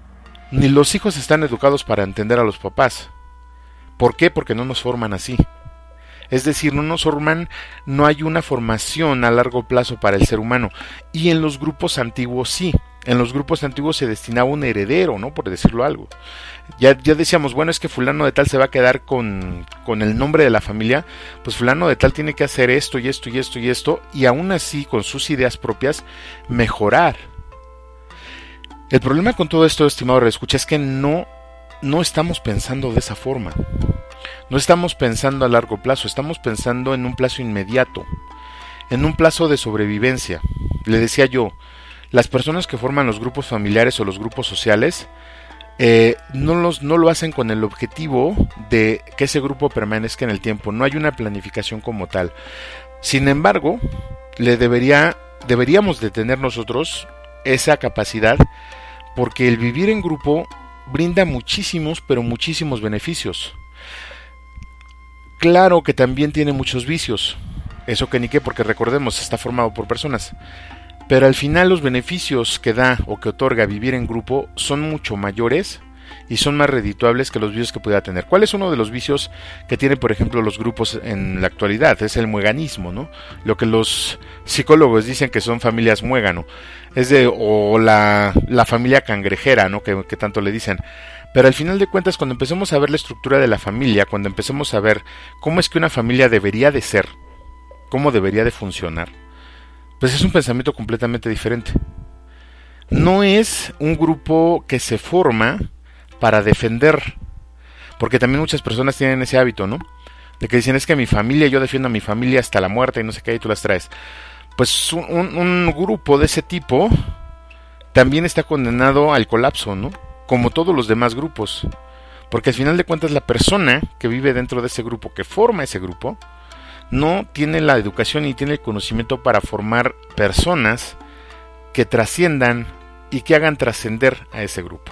ni los hijos están educados para entender a los papás. ¿Por qué? Porque no nos forman así. Es decir, no nos forman, no hay una formación a largo plazo para el ser humano. Y en los grupos antiguos sí. En los grupos antiguos se destinaba un heredero, ¿no? Por decirlo algo. Ya, ya decíamos, bueno, es que fulano de tal se va a quedar con, con el nombre de la familia. Pues fulano de tal tiene que hacer esto y esto y esto y esto. Y aún así, con sus ideas propias, mejorar. El problema con todo esto, estimado reescucha, es que no, no estamos pensando de esa forma. No estamos pensando a largo plazo, estamos pensando en un plazo inmediato, en un plazo de sobrevivencia. Le decía yo, las personas que forman los grupos familiares o los grupos sociales eh, no, los, no lo hacen con el objetivo de que ese grupo permanezca en el tiempo. No hay una planificación como tal. Sin embargo, le debería, deberíamos de tener nosotros esa capacidad, porque el vivir en grupo brinda muchísimos, pero muchísimos beneficios. Claro que también tiene muchos vicios, eso que ni qué, porque recordemos, está formado por personas. Pero al final los beneficios que da o que otorga vivir en grupo son mucho mayores y son más redituables que los vicios que pueda tener. ¿Cuál es uno de los vicios que tienen, por ejemplo, los grupos en la actualidad? Es el mueganismo, ¿no? Lo que los psicólogos dicen que son familias muégano. Es de, o la, la familia cangrejera, ¿no? Que, que tanto le dicen. Pero al final de cuentas, cuando empecemos a ver la estructura de la familia, cuando empecemos a ver cómo es que una familia debería de ser, cómo debería de funcionar, pues es un pensamiento completamente diferente. No es un grupo que se forma para defender, porque también muchas personas tienen ese hábito, ¿no? De que dicen, es que mi familia, yo defiendo a mi familia hasta la muerte y no sé qué, y tú las traes. Pues un, un, un grupo de ese tipo también está condenado al colapso, ¿no? Como todos los demás grupos, porque al final de cuentas la persona que vive dentro de ese grupo, que forma ese grupo, no tiene la educación y tiene el conocimiento para formar personas que trasciendan y que hagan trascender a ese grupo.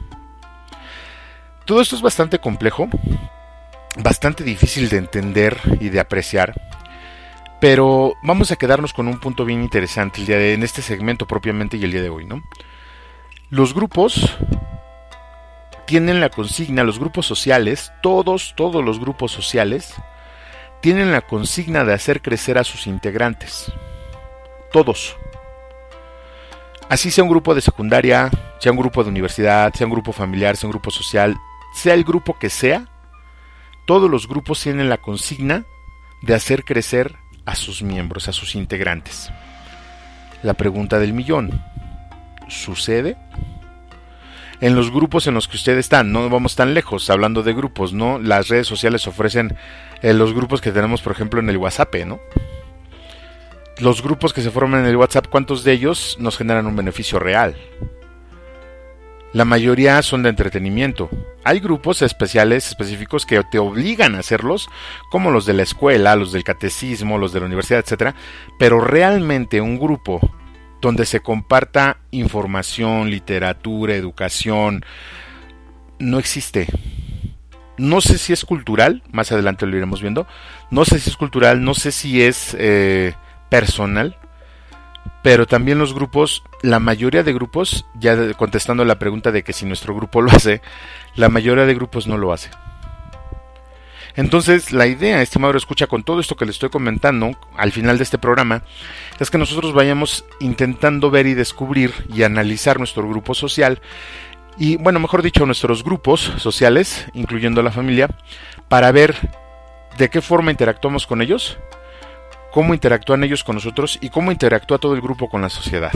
Todo esto es bastante complejo, bastante difícil de entender y de apreciar, pero vamos a quedarnos con un punto bien interesante el día de, en este segmento propiamente y el día de hoy, ¿no? Los grupos tienen la consigna, los grupos sociales, todos, todos los grupos sociales, tienen la consigna de hacer crecer a sus integrantes. Todos. Así sea un grupo de secundaria, sea un grupo de universidad, sea un grupo familiar, sea un grupo social, sea el grupo que sea, todos los grupos tienen la consigna de hacer crecer a sus miembros, a sus integrantes. La pregunta del millón, ¿sucede? En los grupos en los que usted está, no vamos tan lejos, hablando de grupos, ¿no? Las redes sociales ofrecen eh, los grupos que tenemos, por ejemplo, en el WhatsApp, ¿no? Los grupos que se forman en el WhatsApp, ¿cuántos de ellos nos generan un beneficio real? La mayoría son de entretenimiento. Hay grupos especiales, específicos, que te obligan a hacerlos, como los de la escuela, los del catecismo, los de la universidad, etcétera. Pero realmente un grupo donde se comparta información, literatura, educación, no existe. No sé si es cultural, más adelante lo iremos viendo. No sé si es cultural, no sé si es eh, personal. Pero también los grupos, la mayoría de grupos, ya contestando la pregunta de que si nuestro grupo lo hace, la mayoría de grupos no lo hace. Entonces, la idea, estimado escucha, con todo esto que le estoy comentando al final de este programa, es que nosotros vayamos intentando ver y descubrir y analizar nuestro grupo social, y bueno, mejor dicho, nuestros grupos sociales, incluyendo la familia, para ver de qué forma interactuamos con ellos, cómo interactúan ellos con nosotros y cómo interactúa todo el grupo con la sociedad.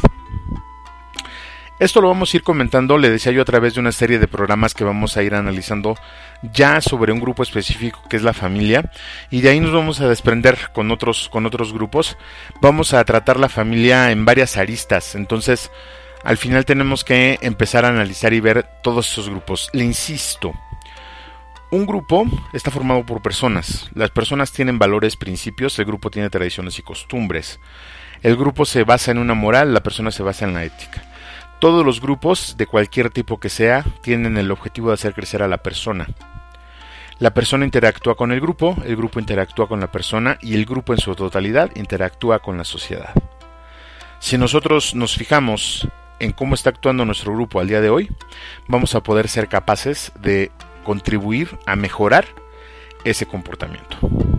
Esto lo vamos a ir comentando, le decía yo, a través de una serie de programas que vamos a ir analizando ya sobre un grupo específico que es la familia, y de ahí nos vamos a desprender con otros, con otros grupos. Vamos a tratar la familia en varias aristas, entonces al final tenemos que empezar a analizar y ver todos esos grupos. Le insisto, un grupo está formado por personas. Las personas tienen valores, principios, el grupo tiene tradiciones y costumbres. El grupo se basa en una moral, la persona se basa en la ética. Todos los grupos, de cualquier tipo que sea, tienen el objetivo de hacer crecer a la persona. La persona interactúa con el grupo, el grupo interactúa con la persona y el grupo en su totalidad interactúa con la sociedad. Si nosotros nos fijamos en cómo está actuando nuestro grupo al día de hoy, vamos a poder ser capaces de contribuir a mejorar ese comportamiento.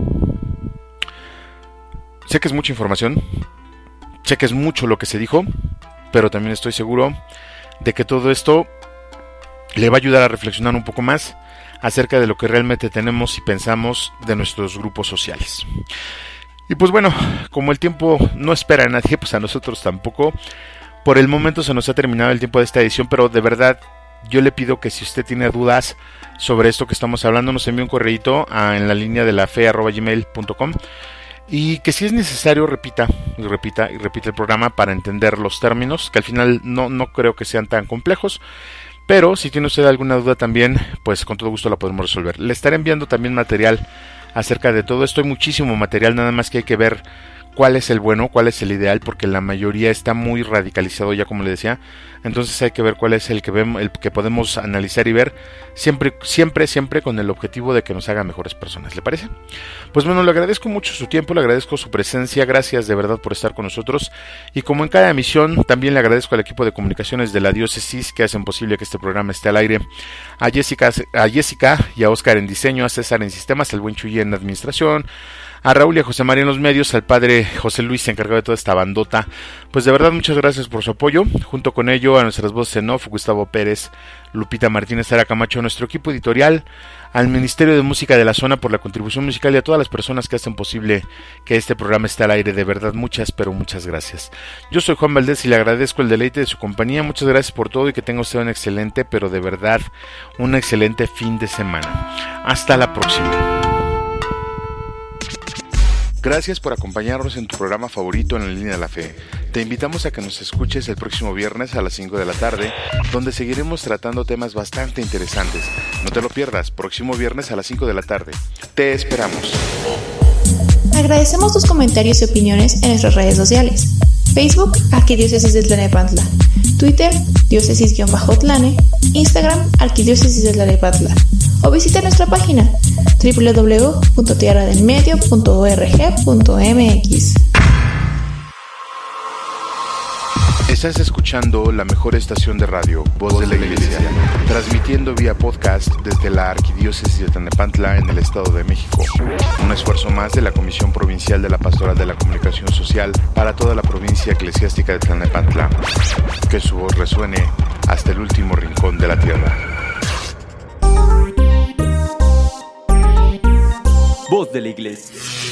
Sé que es mucha información, sé que es mucho lo que se dijo, pero también estoy seguro de que todo esto le va a ayudar a reflexionar un poco más acerca de lo que realmente tenemos y pensamos de nuestros grupos sociales. Y pues bueno, como el tiempo no espera a nadie, pues a nosotros tampoco. Por el momento se nos ha terminado el tiempo de esta edición, pero de verdad yo le pido que si usted tiene dudas sobre esto que estamos hablando, nos envíe un correíto a, en la línea de la fe arroba gmail punto com, y que si es necesario repita y repita y repita el programa para entender los términos, que al final no, no creo que sean tan complejos. Pero si tiene usted alguna duda también, pues con todo gusto la podemos resolver. Le estaré enviando también material acerca de todo esto. Hay muchísimo material, nada más que hay que ver cuál es el bueno, cuál es el ideal, porque la mayoría está muy radicalizado ya, como le decía. Entonces hay que ver cuál es el que vemos, el que podemos analizar y ver, siempre, siempre, siempre con el objetivo de que nos haga mejores personas. ¿Le parece? Pues bueno, le agradezco mucho su tiempo, le agradezco su presencia, gracias de verdad por estar con nosotros. Y como en cada emisión, también le agradezco al equipo de comunicaciones de la diócesis que hacen posible que este programa esté al aire. A Jessica, a Jessica y a Oscar en diseño, a César en sistemas, al buen Chuy en administración, a Raúl y a José María en los medios, al padre José Luis encargado de toda esta bandota. Pues de verdad muchas gracias por su apoyo. Junto con ello a nuestras voces en off, Gustavo Pérez, Lupita Martínez, Sara Camacho, a nuestro equipo editorial, al Ministerio de Música de la Zona por la contribución musical y a todas las personas que hacen posible que este programa esté al aire. De verdad muchas, pero muchas gracias. Yo soy Juan Valdés y le agradezco el deleite de su compañía. Muchas gracias por todo y que tenga usted un excelente, pero de verdad un excelente fin de semana. Hasta la próxima. Gracias por acompañarnos en tu programa favorito en la línea de la fe. Te invitamos a que nos escuches el próximo viernes a las cinco de la tarde, donde seguiremos tratando temas bastante interesantes. No te lo pierdas, próximo viernes a las cinco de la tarde. Te esperamos. Agradecemos tus comentarios y opiniones en nuestras redes sociales. Facebook, Arquidiócesis de Tlanepantla. Twitter, diócesis-tlane. Instagram, Arquidiócesis de Tlanepantla. O visita nuestra página doble u doble u doble u punto tierra del medio punto org punto m x. Estás escuchando la mejor estación de radio, Voz de la Iglesia, transmitiendo vía podcast desde la Arquidiócesis de Tlanepantla en el Estado de México. Un esfuerzo más de la Comisión Provincial de la Pastoral de la Comunicación Social para toda la provincia eclesiástica de Tlanepantla. Que su voz resuene hasta el último rincón de la tierra. Voz de la Iglesia.